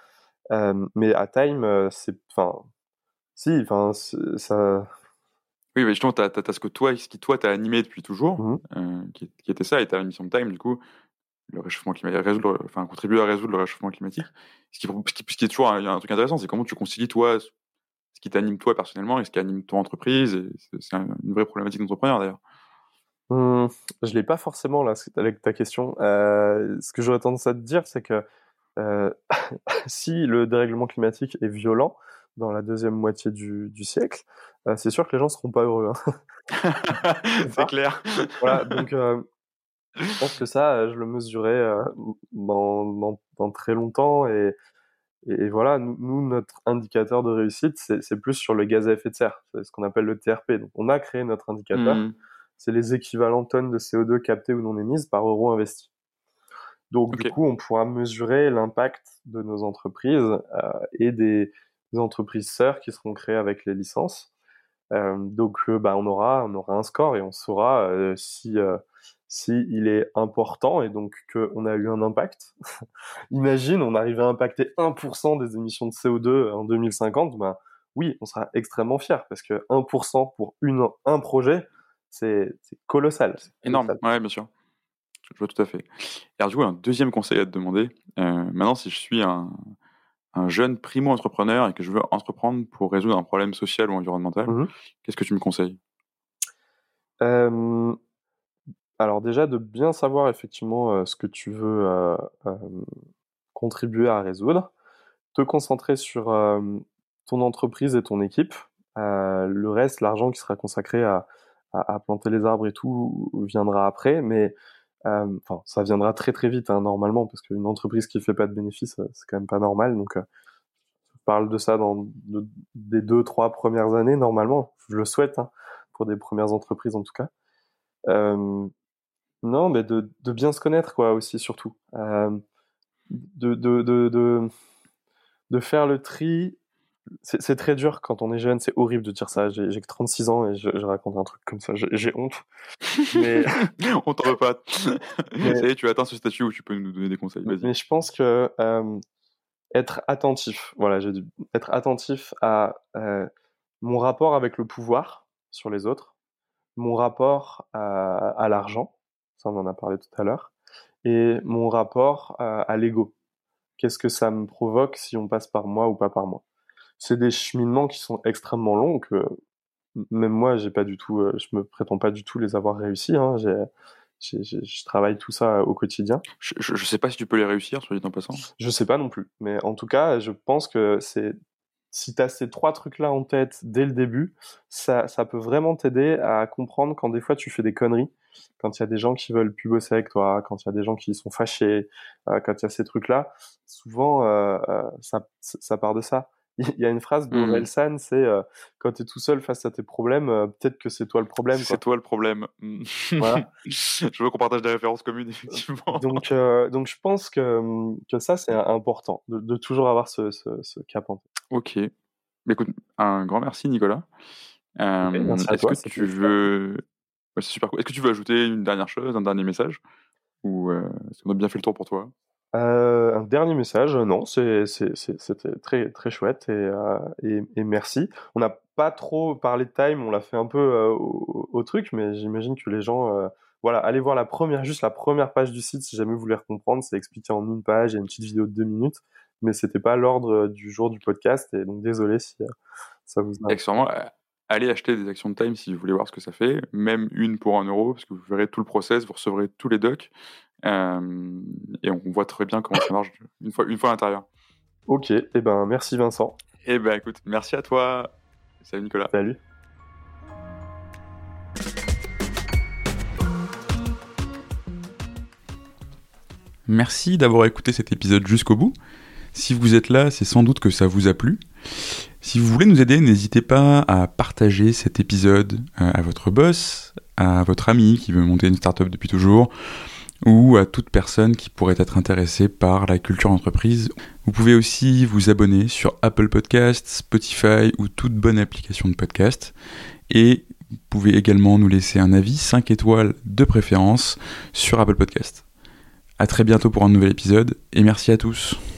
Euh, mais à Time, euh, c'est, enfin, si, enfin, c'est- ça, Oui, mais justement, tu as ce que toi, ce qui toi t'a animé depuis toujours, Mmh. euh, qui, qui était ça, et ta mission de Time, du coup, le réchauffement climatique, résoudre, enfin, contribuer à résoudre le réchauffement climatique. Ce qui, ce qui, ce qui est toujours un, un truc intéressant, c'est comment tu concilies toi, ce qui t'anime toi personnellement et ce qui anime ton entreprise. Et c'est, c'est un, une vraie problématique d'entrepreneur d'ailleurs. Mmh, je l'ai pas forcément là avec ta question. Euh, ce que j'aurais tendance à te dire, c'est que euh, si le dérèglement climatique est violent dans la deuxième moitié du, du siècle, euh, c'est sûr que les gens seront pas heureux. Hein. C'est clair. Voilà, donc euh, je pense que ça, je le mesurais euh, dans, dans, dans très longtemps et, et, et voilà, nous, nous, notre indicateur de réussite, c'est, c'est plus sur le gaz à effet de serre, c'est ce qu'on appelle le T R P. Donc on a créé notre indicateur, Mmh. c'est les équivalents tonnes de C O deux captées ou non émises par euro investi. Donc Okay. du coup, on pourra mesurer l'impact de nos entreprises euh, et des, des entreprises sœurs qui seront créées avec les licences. Euh, donc euh, bah, on aura on aura un score et on saura euh, si euh, si il est important et donc qu'on a eu un impact. Imagine, on arrivait à impacter un pour cent des émissions de C O deux en deux mille cinquante, bah oui, on sera extrêmement fiers parce que un pour cent pour une un projet, c'est c'est colossal, c'est Énorme. colossal. Ouais, bien sûr. Je vois tout à fait. Et alors du coup, un deuxième conseil à te demander. Euh, maintenant, si je suis un, un jeune primo-entrepreneur et que je veux entreprendre pour résoudre un problème social ou environnemental, Mmh. qu'est-ce que tu me conseilles? Euh, alors déjà, de bien savoir effectivement euh, ce que tu veux euh, euh, contribuer à résoudre, te concentrer sur euh, ton entreprise et ton équipe. Euh, le reste, l'argent qui sera consacré à, à, à planter les arbres et tout, viendra après, mais euh, enfin, ça viendra très très vite hein, normalement, parce qu'une entreprise qui fait pas de bénéfices, euh, c'est quand même pas normal. Donc, euh, je parle de ça dans de, des deux trois premières années normalement. Je le souhaite hein, pour des premières entreprises en tout cas. Euh, non, mais de, de bien se connaître quoi aussi surtout. Euh, de, de, de, de, de faire le tri. C'est, c'est très dur quand on est jeune, c'est horrible de dire ça. J'ai, j'ai que trente-six ans et je, je raconte un truc comme ça, j'ai, j'ai honte. Mais, On t'en veut pas. mais, Ça y est, tu as atteint ce statut où tu peux nous donner des conseils. Vas-y. mais je pense que euh, être attentif, voilà, j'ai dû être attentif à euh, mon rapport avec le pouvoir sur les autres, mon rapport à, à l'argent, ça on en a parlé tout à l'heure, et mon rapport à, à l'ego. Qu'est-ce que ça me provoque si on passe par moi ou pas par moi? C'est des cheminements qui sont extrêmement longs que même moi, j'ai pas du tout, euh, je me prétends pas du tout les avoir réussis. Hein. J'ai, j'ai, j'ai, je travaille tout ça au quotidien. Je, je, je sais pas si tu peux les réussir, soit dit en passant. Je sais pas non plus, mais en tout cas, je pense que c'est si tu as ces trois trucs-là en tête dès le début, ça, ça peut vraiment t'aider à comprendre quand des fois tu fais des conneries, quand il y a des gens qui veulent plus bosser avec toi, quand il y a des gens qui sont fâchés, euh, quand il y a ces trucs-là. Souvent, euh, euh, ça, ça part de ça. Il y a une phrase de Mmh. Orelsan, c'est euh, quand tu es tout seul face à tes problèmes, euh, peut-être que c'est toi le problème. C'est Quoi. toi le problème. Mmh. Voilà. Je veux qu'on partage des références communes, effectivement. Donc, euh, donc je pense que, que ça, c'est important, de, de toujours avoir ce, ce, ce cap en tête. Ok. Mais écoute, un grand merci, Nicolas. Euh, Okay, merci à est-ce toi. que tu veux... Ouais, c'est super cool. Est-ce que tu veux ajouter une dernière chose, un dernier message? Ou euh, est-ce qu'on a bien fait le tour pour toi? Euh, un dernier message, non, c'est, c'est, c'est- c'était très, très chouette et, euh, et, et merci. On n'a pas trop parlé de time, on l'a fait un peu euh, au, au truc, mais j'imagine que les gens, euh, voilà, allez voir la première, juste la première page du site si jamais vous voulez comprendre, c'est expliqué en une page, il y a une petite vidéo de deux minutes, mais c'était pas l'ordre du jour du podcast et donc désolé si euh, ça vous a... Accessoirement, euh, allez acheter des actions de Time si vous voulez voir ce que ça fait, même une pour un euro, parce que vous verrez tout le process, vous recevrez tous les docs, euh, et on voit très bien comment ça marche une fois, une fois à l'intérieur. Ok, et eh ben merci Vincent. Eh ben écoute, merci à toi. Salut Nicolas. Salut. Merci d'avoir écouté cet épisode jusqu'au bout. Si vous êtes là, c'est sans doute que ça vous a plu. Si vous voulez nous aider, n'hésitez pas à partager cet épisode à votre boss, à votre ami qui veut monter une startup depuis toujours, ou à toute personne qui pourrait être intéressée par la culture entreprise. Vous pouvez aussi vous abonner sur Apple Podcasts, Spotify ou toute bonne application de podcast. Et vous pouvez également nous laisser un avis cinq étoiles de préférence sur Apple Podcasts. À très bientôt pour un nouvel épisode et merci à tous.